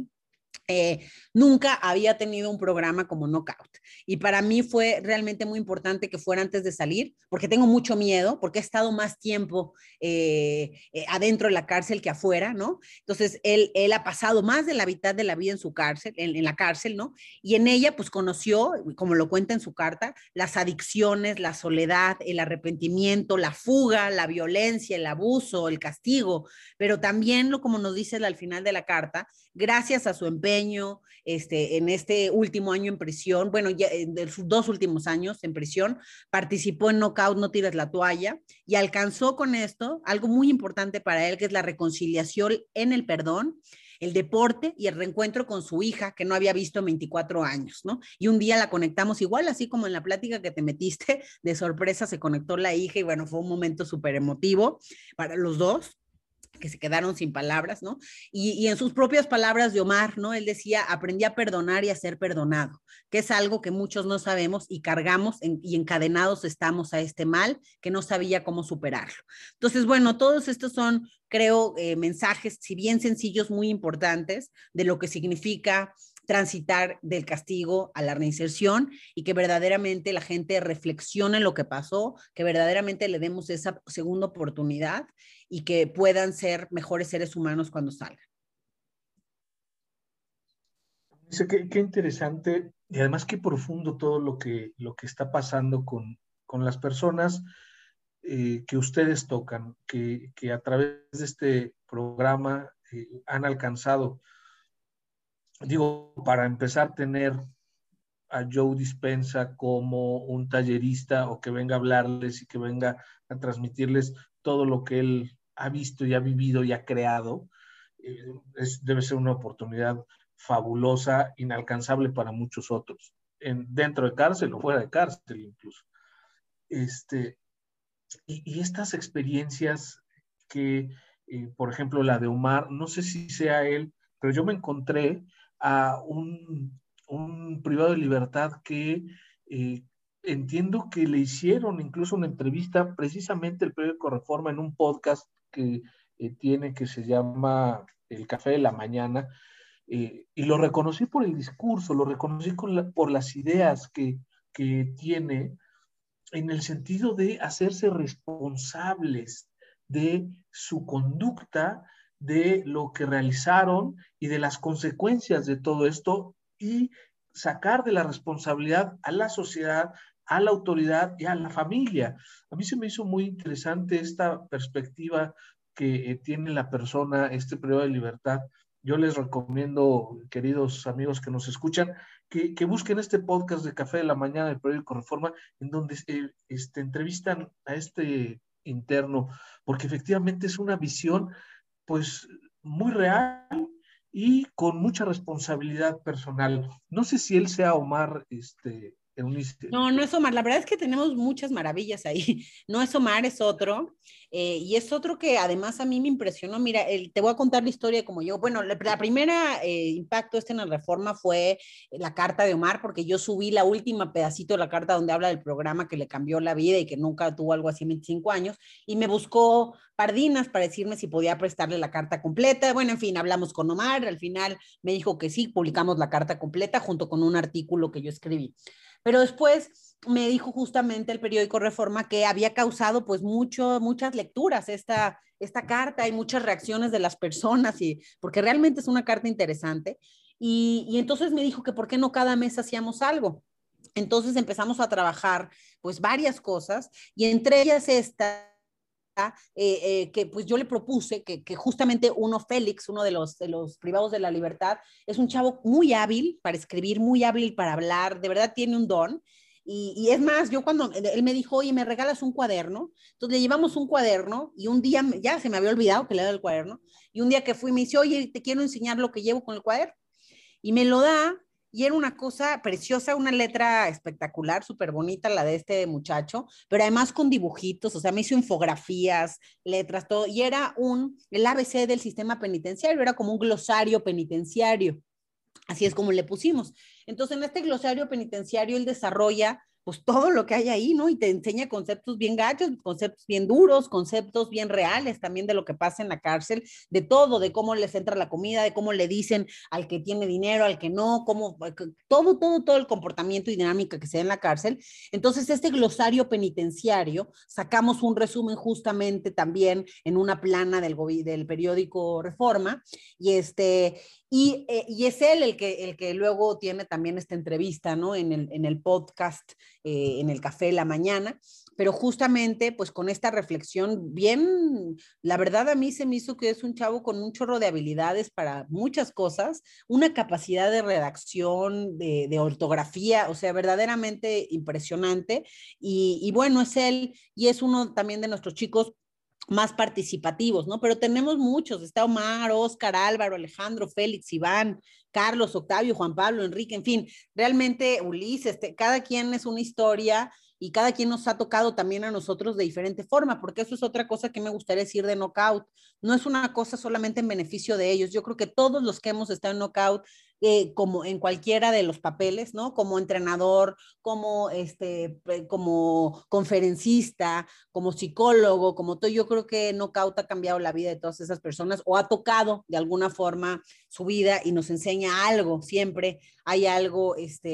nunca había tenido un programa como Knockout. Y para mí fue realmente muy importante que fuera antes de salir, porque tengo mucho miedo, porque he estado más tiempo adentro de la cárcel que afuera, ¿no? Entonces, él ha pasado más de la mitad de la vida en su cárcel, en la cárcel, ¿no? Y en ella, pues conoció, como lo cuenta en su carta, las adicciones, la soledad, el arrepentimiento, la fuga, la violencia, el abuso, el castigo, pero también, como nos dice al final de la carta, gracias a su empeño en este último año en prisión, bueno, ya de sus 2 últimos años en prisión, participó en Knockout, No Tires la Toalla, y alcanzó con esto algo muy importante para él, que es la reconciliación en el perdón, el deporte y el reencuentro con su hija, que no había visto en 24 años, ¿no? Y un día la conectamos igual, así como en la plática que te metiste, de sorpresa se conectó la hija y bueno, fue un momento súper emotivo para los dos, que se quedaron sin palabras, ¿no? Y en sus propias palabras de Omar, ¿no? Él decía, aprendí a perdonar y a ser perdonado, que es algo que muchos no sabemos y cargamos y encadenados estamos a este mal que no sabía cómo superarlo. Entonces, bueno, todos estos son, creo, mensajes, si bien sencillos, muy importantes de lo que significa transitar del castigo a la reinserción y que verdaderamente la gente reflexione en lo que pasó, que verdaderamente le demos esa segunda oportunidad y que puedan ser mejores seres humanos cuando salgan. Qué interesante y además qué profundo todo lo que está pasando con las personas que ustedes tocan, que a través de este programa han alcanzado. Digo, para empezar, tener a Joe Dispenza como un tallerista o que venga a hablarles y que venga a transmitirles todo lo que él ha visto y ha vivido y ha creado, debe ser una oportunidad fabulosa, inalcanzable para muchos otros, dentro de cárcel o fuera de cárcel incluso. Y estas experiencias que, por ejemplo, la de Omar, no sé si sea él, pero yo me encontré a un privado de libertad que entiendo que le hicieron incluso una entrevista precisamente el periódico Reforma en un podcast que tiene que se llama El Café de la Mañana, y lo reconocí por el discurso, lo reconocí por las ideas que tiene en el sentido de hacerse responsables de su conducta, de lo que realizaron y de las consecuencias de todo esto y sacar de la responsabilidad a la sociedad, a la autoridad y a la familia. A mí se me hizo muy interesante esta perspectiva que tiene la persona, este periodo de libertad. Yo les recomiendo, queridos amigos que nos escuchan, que busquen este podcast de Café de la Mañana del periódico Reforma, en donde entrevistan a este interno, porque efectivamente es una visión pues muy real y con mucha responsabilidad personal. No sé si él sea Omar Eunice. No, no es Omar. La verdad es que tenemos muchas maravillas ahí. No es Omar, es otro. Y es otro que además a mí me impresionó. Mira, te voy a contar la historia como yo. Bueno, la primera impacto en la reforma fue la carta de Omar, porque yo subí la última pedacito de la carta donde habla del programa que le cambió la vida y que nunca tuvo algo así en 25 años. Y me buscó Pardinas para decirme si podía prestarle la carta completa. Bueno, en fin, hablamos con Omar. Al final me dijo que sí, publicamos la carta completa junto con un artículo que yo escribí. Pero después me dijo justamente el periódico Reforma que había causado pues muchas lecturas esta carta y muchas reacciones de las personas, porque realmente es una carta interesante. Y entonces me dijo que por qué no cada mes hacíamos algo. Entonces empezamos a trabajar pues varias cosas y entre ellas que pues yo le propuse que justamente Félix, uno de los privados de la libertad, es un chavo muy hábil para escribir, muy hábil para hablar, de verdad tiene un don. Y es más, yo cuando él me dijo, oye, ¿me regalas un cuaderno? Entonces le llevamos un cuaderno y un día, ya se me había olvidado que le daba el cuaderno, y un día que fui me dice, oye, te quiero enseñar lo que llevo con el cuaderno. Y me lo da, y era una cosa preciosa, una letra espectacular, súper bonita la de este muchacho, pero además con dibujitos, o sea, me hizo infografías, letras, todo, y era el ABC del sistema penitenciario, era como un glosario penitenciario. Así es como le pusimos. Entonces, en este glosario penitenciario, él desarrolla pues todo lo que hay ahí, ¿no? Y te enseña conceptos bien gachos, conceptos bien duros, conceptos bien reales también de lo que pasa en la cárcel, de todo, de cómo les entra la comida, de cómo le dicen al que tiene dinero, al que no, cómo, todo el comportamiento y dinámica que se da en la cárcel. Entonces, este glosario penitenciario, sacamos un resumen justamente también en una plana del periódico Reforma, y y es él el que luego tiene también esta entrevista, ¿no? En el podcast, en el Café de la Mañana, pero justamente pues con esta reflexión bien, la verdad a mí se me hizo que es un chavo con un chorro de habilidades para muchas cosas, una capacidad de redacción, de ortografía, o sea, verdaderamente impresionante, y bueno, es él y es uno también de nuestros chicos más participativos, ¿no? Pero tenemos muchos, está Omar, Oscar, Álvaro, Alejandro, Félix, Iván, Carlos, Octavio, Juan Pablo, Enrique, en fin, realmente Ulises, cada quien es una historia y cada quien nos ha tocado también a nosotros de diferente forma, porque eso es otra cosa que me gustaría decir de Knockout, no es una cosa solamente en beneficio de ellos, yo creo que todos los que hemos estado en Knockout, como en cualquiera de los papeles, ¿no? Como entrenador, como conferencista, como psicólogo, como todo, yo creo que Knockout ha cambiado la vida de todas esas personas o ha tocado de alguna forma su vida y nos enseña algo, siempre hay algo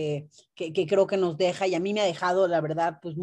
que creo que nos deja y a mí me ha dejado, la verdad, pues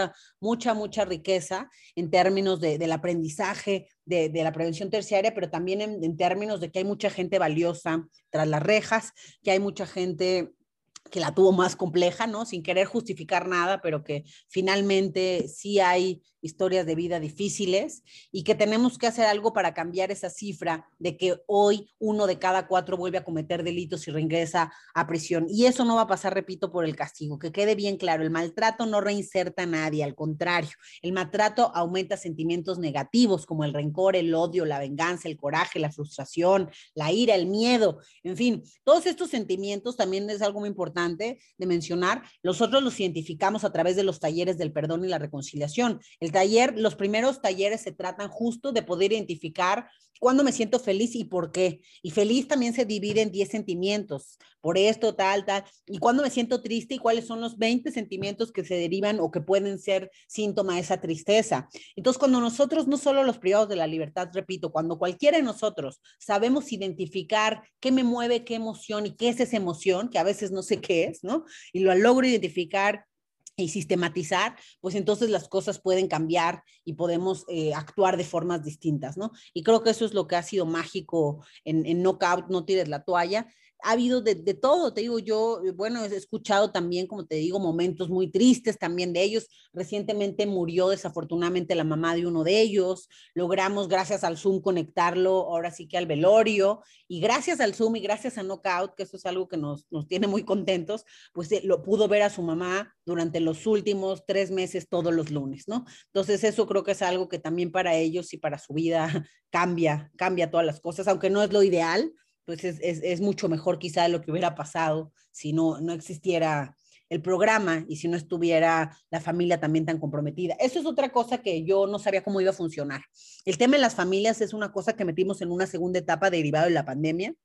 mucha riqueza en términos del aprendizaje, de la prevención terciaria, pero también en términos de que hay mucha gente valiosa tras las rejas, que hay mucha gente que la tuvo más compleja, ¿no? Sin querer justificar nada, pero que finalmente sí hay historias de vida difíciles y que tenemos que hacer algo para cambiar esa cifra de que hoy 1 de cada 4 vuelve a cometer delitos y regresa a prisión. Y eso no va a pasar, repito, por el castigo. Que quede bien claro, el maltrato no reinserta a nadie, al contrario, el maltrato aumenta sentimientos negativos como el rencor, el odio, la venganza, el coraje, la frustración, la ira, el miedo, en fin, todos estos sentimientos también es algo muy importante de mencionar. Nosotros los identificamos a través de los talleres del perdón y la reconciliación. Los primeros talleres se tratan justo de poder identificar cuándo me siento feliz y por qué. Y feliz también se divide en 10 sentimientos, por esto, tal. Y cuándo me siento triste y cuáles son los 20 sentimientos que se derivan o que pueden ser síntoma de esa tristeza. Entonces, cuando nosotros, no solo los privados de la libertad, repito, cuando cualquiera de nosotros sabemos identificar qué me mueve, qué emoción y qué es esa emoción, que a veces no sé qué es, ¿no? Y lo logro identificar y sistematizar, pues entonces las cosas pueden cambiar y podemos actuar de formas distintas, ¿no? Y creo que eso es lo que ha sido mágico en Knockout, no tires la toalla. Ha habido de todo, te digo yo, bueno, he escuchado también, como te digo, momentos muy tristes también de ellos. Recientemente murió desafortunadamente la mamá de uno de ellos, logramos gracias al Zoom conectarlo ahora sí que al velorio, y gracias al Zoom y gracias a Knockout, que eso es algo que nos tiene muy contentos, pues lo pudo ver a su mamá durante los últimos 3 meses todos los lunes, ¿no? Entonces eso creo que es algo que también para ellos y para su vida cambia todas las cosas, aunque no es lo ideal, pues es mucho mejor quizá de lo que hubiera pasado si no existiera el programa y si no estuviera la familia también tan comprometida. Eso es otra cosa que yo no sabía cómo iba a funcionar. El tema de las familias es una cosa que metimos en una segunda etapa derivado de la pandemia,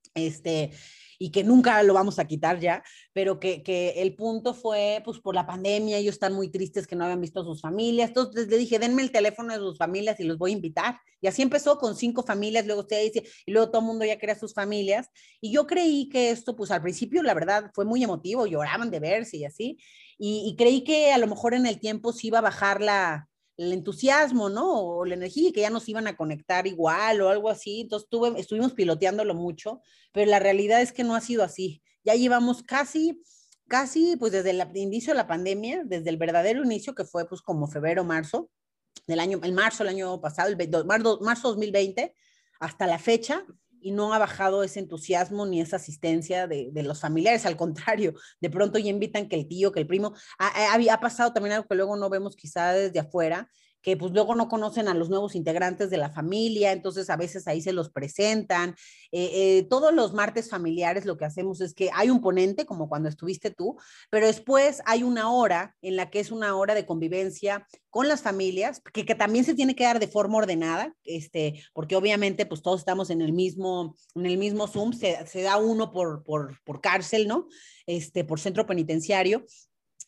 y que nunca lo vamos a quitar ya, pero que el punto fue, pues por la pandemia, ellos están muy tristes que no habían visto a sus familias, entonces le dije, denme el teléfono de sus familias y los voy a invitar, y así empezó con 5 familias, luego usted dice, y luego todo el mundo ya quería sus familias, y yo creí que esto, pues al principio, la verdad, fue muy emotivo, lloraban de verse y así, y creí que a lo mejor en el tiempo sí iba a bajar el entusiasmo, ¿no? O la energía, y que ya nos iban a conectar igual o algo así. Entonces estuvimos piloteándolo mucho, pero la realidad es que no ha sido así. Ya llevamos casi, pues desde el inicio de la pandemia, desde el verdadero inicio, que fue pues como febrero, marzo el marzo del año pasado, marzo 2020, hasta la fecha, y no ha bajado ese entusiasmo ni esa asistencia de los familiares, al contrario, de pronto ya invitan que el tío, que el primo, ha pasado también algo que luego no vemos quizá desde afuera, que pues luego no conocen a los nuevos integrantes de la familia, entonces a veces ahí se los presentan. Todos los martes familiares lo que hacemos es que hay un ponente, como cuando estuviste tú, pero después hay una hora en la que es una hora de convivencia con las familias, que también se tiene que dar de forma ordenada, porque obviamente pues todos estamos en el mismo Zoom, se da uno por cárcel, ¿no? Por centro penitenciario,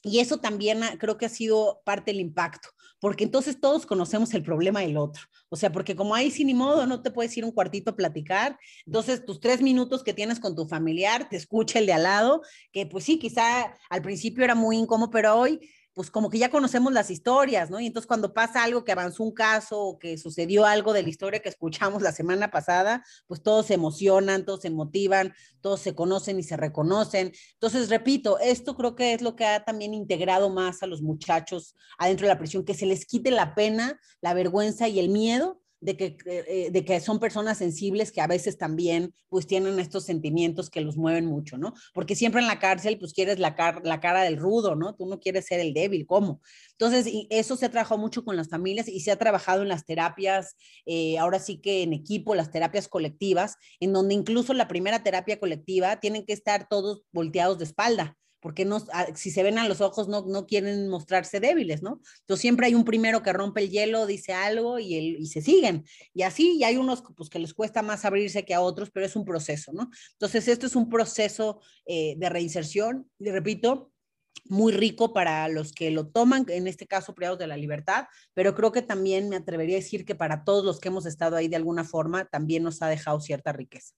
Y eso también creo que ha sido parte del impacto, porque entonces todos conocemos el problema del otro. O sea, porque como ahí sí ni modo, no te puedes ir un cuartito a platicar, entonces tus 3 minutos que tienes con tu familiar, te escucha el de al lado, que pues sí, quizá al principio era muy incómodo, pero hoy pues como que ya conocemos las historias, ¿no? Y entonces cuando pasa algo, que avanzó un caso o que sucedió algo de la historia que escuchamos la semana pasada, pues todos se emocionan, todos se motivan, todos se conocen y se reconocen. Entonces, repito, esto creo que es lo que ha también integrado más a los muchachos adentro de la prisión, que se les quite la pena, la vergüenza y el miedo de que son personas sensibles que a veces también pues tienen estos sentimientos que los mueven mucho, ¿no? Porque siempre en la cárcel pues quieres la cara del rudo, ¿no? Tú no quieres ser el débil, ¿cómo? Entonces, y eso se ha trabajado mucho con las familias y se ha trabajado en las terapias, ahora sí que en equipo, las terapias colectivas, en donde incluso la primera terapia colectiva tienen que estar todos volteados de espalda, porque no, si se ven a los ojos no quieren mostrarse débiles, ¿no? Entonces siempre hay un primero que rompe el hielo, dice algo y se siguen. Y así, y hay unos pues, que les cuesta más abrirse que a otros, pero es un proceso, ¿no? Entonces esto es un proceso de reinserción, y repito, muy rico para los que lo toman, en este caso privados de la libertad, pero creo que también me atrevería a decir que para todos los que hemos estado ahí de alguna forma, también nos ha dejado cierta riqueza.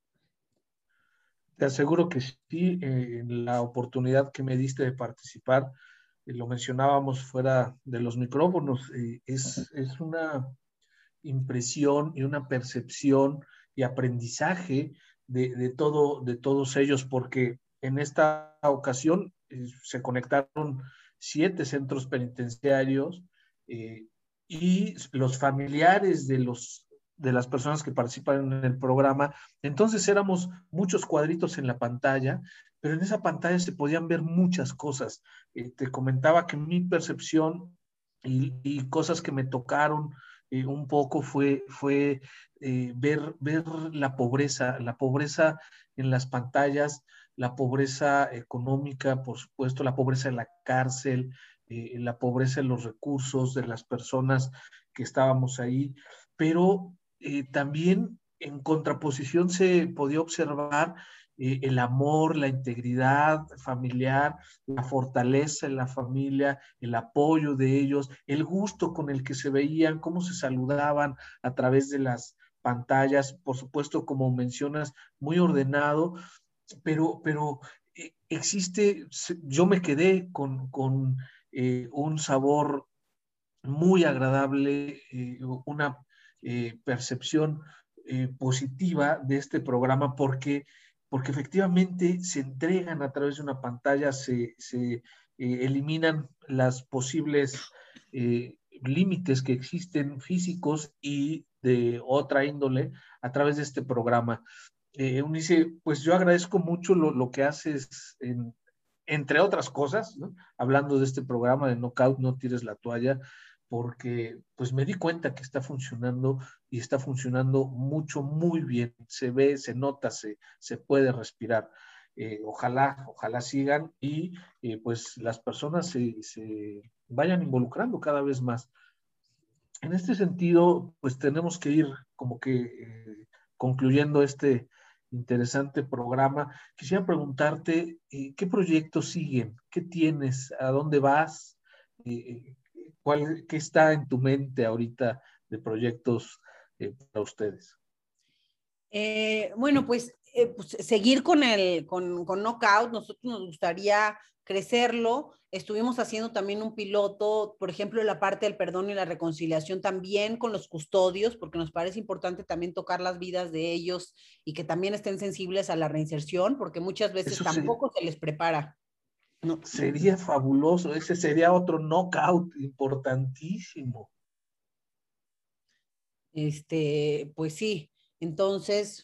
Te aseguro que sí, en la oportunidad que me diste de participar, lo mencionábamos fuera de los micrófonos, es una impresión y una percepción y aprendizaje de todos ellos, porque en esta ocasión se conectaron 7 centros penitenciarios eh, y los familiares de las personas que participan en el programa. Entonces éramos muchos cuadritos en la pantalla, pero en esa pantalla se podían ver muchas cosas. Te comentaba que mi percepción y cosas que me tocaron un poco fue ver la pobreza en las pantallas, la pobreza económica, por supuesto, la pobreza en la cárcel, la pobreza en los recursos de las personas que estábamos ahí, pero también en contraposición se podía observar el amor, la integridad familiar, la fortaleza en la familia, el apoyo de ellos, el gusto con el que se veían, cómo se saludaban a través de las pantallas, por supuesto, como mencionas, muy ordenado, pero existe, yo me quedé con un sabor muy agradable, una percepción positiva de este programa porque efectivamente se entregan a través de una pantalla, se eliminan las posibles límites que existen físicos y de otra índole a través de este programa. Eunice, pues yo agradezco mucho lo que haces entre otras cosas, ¿no? Hablando de este programa de Knockout, no tires la toalla, porque pues me di cuenta que está funcionando y está funcionando mucho, muy bien. Se ve, se nota, se puede respirar. Ojalá sigan y pues las personas se vayan involucrando cada vez más. En este sentido, pues tenemos que ir como que concluyendo este interesante programa. Quisiera preguntarte, ¿qué proyectos siguen? ¿Qué tienes? ¿A dónde vas? ¿Qué está en tu mente ahorita de proyectos para ustedes? Bueno, pues seguir con Knockout, nosotros nos gustaría crecerlo. Estuvimos haciendo también un piloto, por ejemplo, en la parte del perdón y la reconciliación también con los custodios, porque nos parece importante también tocar las vidas de ellos y que también estén sensibles a la reinserción, porque muchas veces Eso tampoco se les prepara. No. sería fabuloso, ese sería otro knockout importantísimo. Pues sí. Entonces,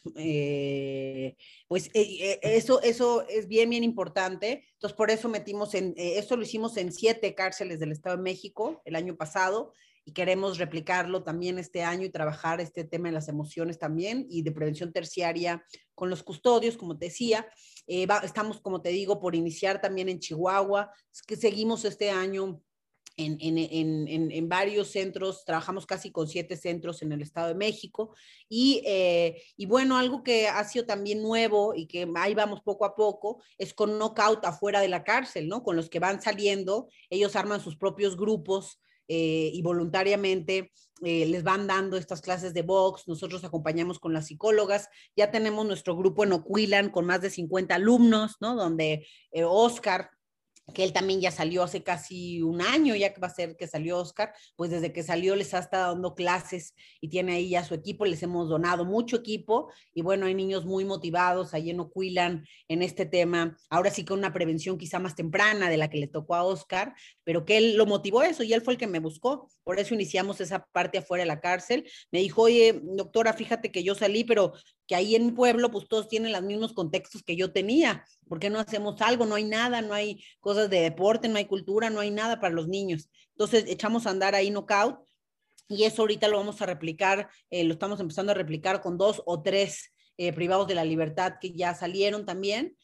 eso es bien importante. Entonces, por eso esto lo hicimos en 7 cárceles del Estado de México el año pasado y queremos replicarlo también este año y trabajar este tema de las emociones también y de prevención terciaria con los custodios, como te decía. Estamos, como te digo, por iniciar también en Chihuahua, es que seguimos este año en varios centros, trabajamos casi con 7 centros en el Estado de México y bueno, algo que ha sido también nuevo y que ahí vamos poco a poco es con Knockout afuera de la cárcel, ¿no? Con los que van saliendo, ellos arman sus propios grupos y voluntariamente les van dando estas clases de box, nosotros acompañamos con las psicólogas, ya tenemos nuestro grupo en Oquilan con más de 50 alumnos, ¿no? Donde Oscar, que él también ya salió hace casi un año, ya que va a ser que salió Oscar, pues desde que salió les ha estado dando clases y tiene ahí ya su equipo, les hemos donado mucho equipo y bueno, hay niños muy motivados ahí en Oquilan en este tema, ahora sí con una prevención quizá más temprana de la que le tocó a Oscar, pero que él lo motivó eso y él fue el que me buscó, por eso iniciamos esa parte afuera de la cárcel, me dijo, oye, doctora, fíjate que yo salí, pero que ahí en mi pueblo pues todos tienen los mismos contextos que yo tenía, ¿por qué no hacemos algo? No hay nada, no hay cosas de deporte, no hay cultura, no hay nada para los niños. Entonces echamos a andar ahí Knockout y eso ahorita lo vamos a replicar, lo estamos empezando a replicar con 2 o 3 privados de la libertad que ya salieron también.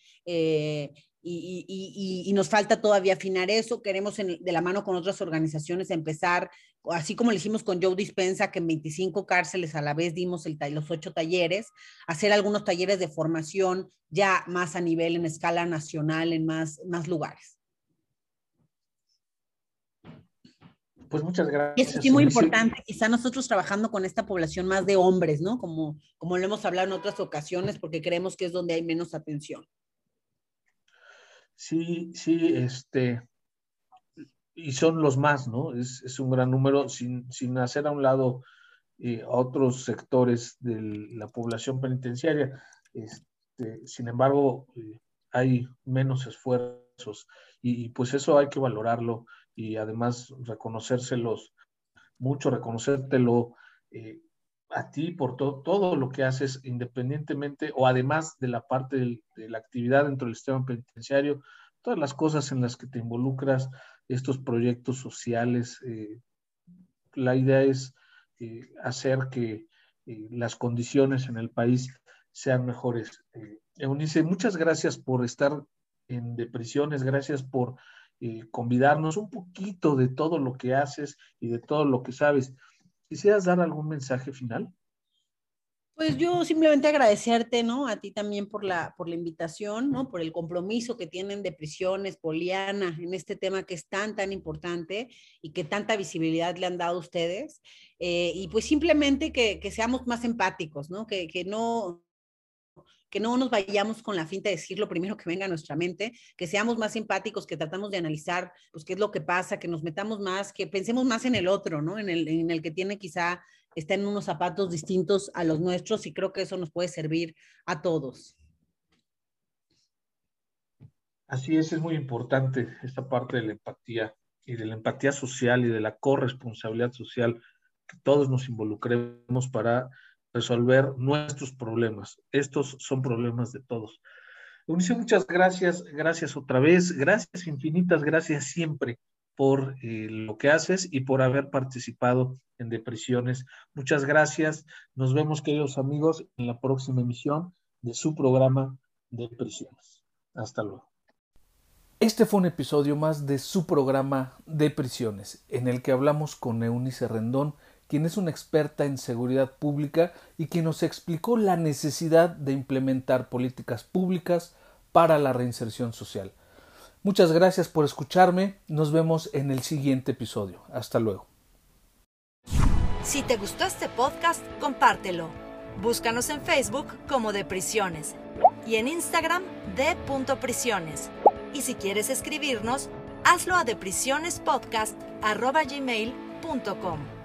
Y nos falta todavía afinar eso. Queremos de la mano con otras organizaciones empezar, así como lo hicimos con Joe Dispensa, que en 25 cárceles a la vez dimos los 8 talleres, hacer algunos talleres de formación ya más a nivel, en escala nacional, en más lugares. Pues muchas gracias. Y eso sí, muy importante, quizá nosotros trabajando con esta población más de hombres, ¿no? Como lo hemos hablado en otras ocasiones, porque creemos que es donde hay menos atención. Sí, y son los más, ¿no? Es un gran número, sin hacer a un lado a otros sectores de la población penitenciaria. Sin embargo, hay menos esfuerzos y pues eso hay que valorarlo y además reconocérselos mucho, reconocértelo a ti por todo lo que haces independientemente o además de la parte de la actividad dentro del sistema penitenciario, todas las cosas en las que te involucras, estos proyectos sociales. La idea es hacer que las condiciones en el país sean mejores. Eunice, muchas gracias por estar en Deprisiones, gracias por convidarnos un poquito de todo lo que haces y de todo lo que sabes. ¿Quisieras dar algún mensaje final? Pues yo simplemente agradecerte, ¿no? A ti también por la invitación, ¿no? Por el compromiso que tienen Deprisiones, Poliana, en este tema que es tan importante y que tanta visibilidad le han dado a ustedes. Y pues simplemente que seamos más empáticos, ¿no? Que no nos vayamos con la finta de decir lo primero que venga a nuestra mente, que seamos más empáticos, que tratamos de analizar, pues, qué es lo que pasa, que nos metamos más, que pensemos más en el otro, ¿no? En el que tiene quizá, está en unos zapatos distintos a los nuestros y creo que eso nos puede servir a todos. Así es muy importante esta parte de la empatía y de la empatía social y de la corresponsabilidad social, que todos nos involucremos para resolver nuestros problemas. Estos son problemas de todos. Eunice, muchas gracias, gracias otra vez, gracias infinitas, gracias siempre por lo que haces y por haber participado en Deprisiones. Muchas gracias. Nos vemos, queridos amigos, en la próxima emisión de su programa Deprisiones. Hasta luego. Este fue un episodio más de su programa Deprisiones, en el que hablamos con Eunice Rendón, quien es una experta en seguridad pública y quien nos explicó la necesidad de implementar políticas públicas para la reinserción social. Muchas gracias por escucharme. Nos vemos en el siguiente episodio. Hasta luego. Si te gustó este podcast, compártelo. Búscanos en Facebook como Deprisiones y en Instagram @prisiones. Y si quieres escribirnos, hazlo a deprisionespodcast@gmail.com.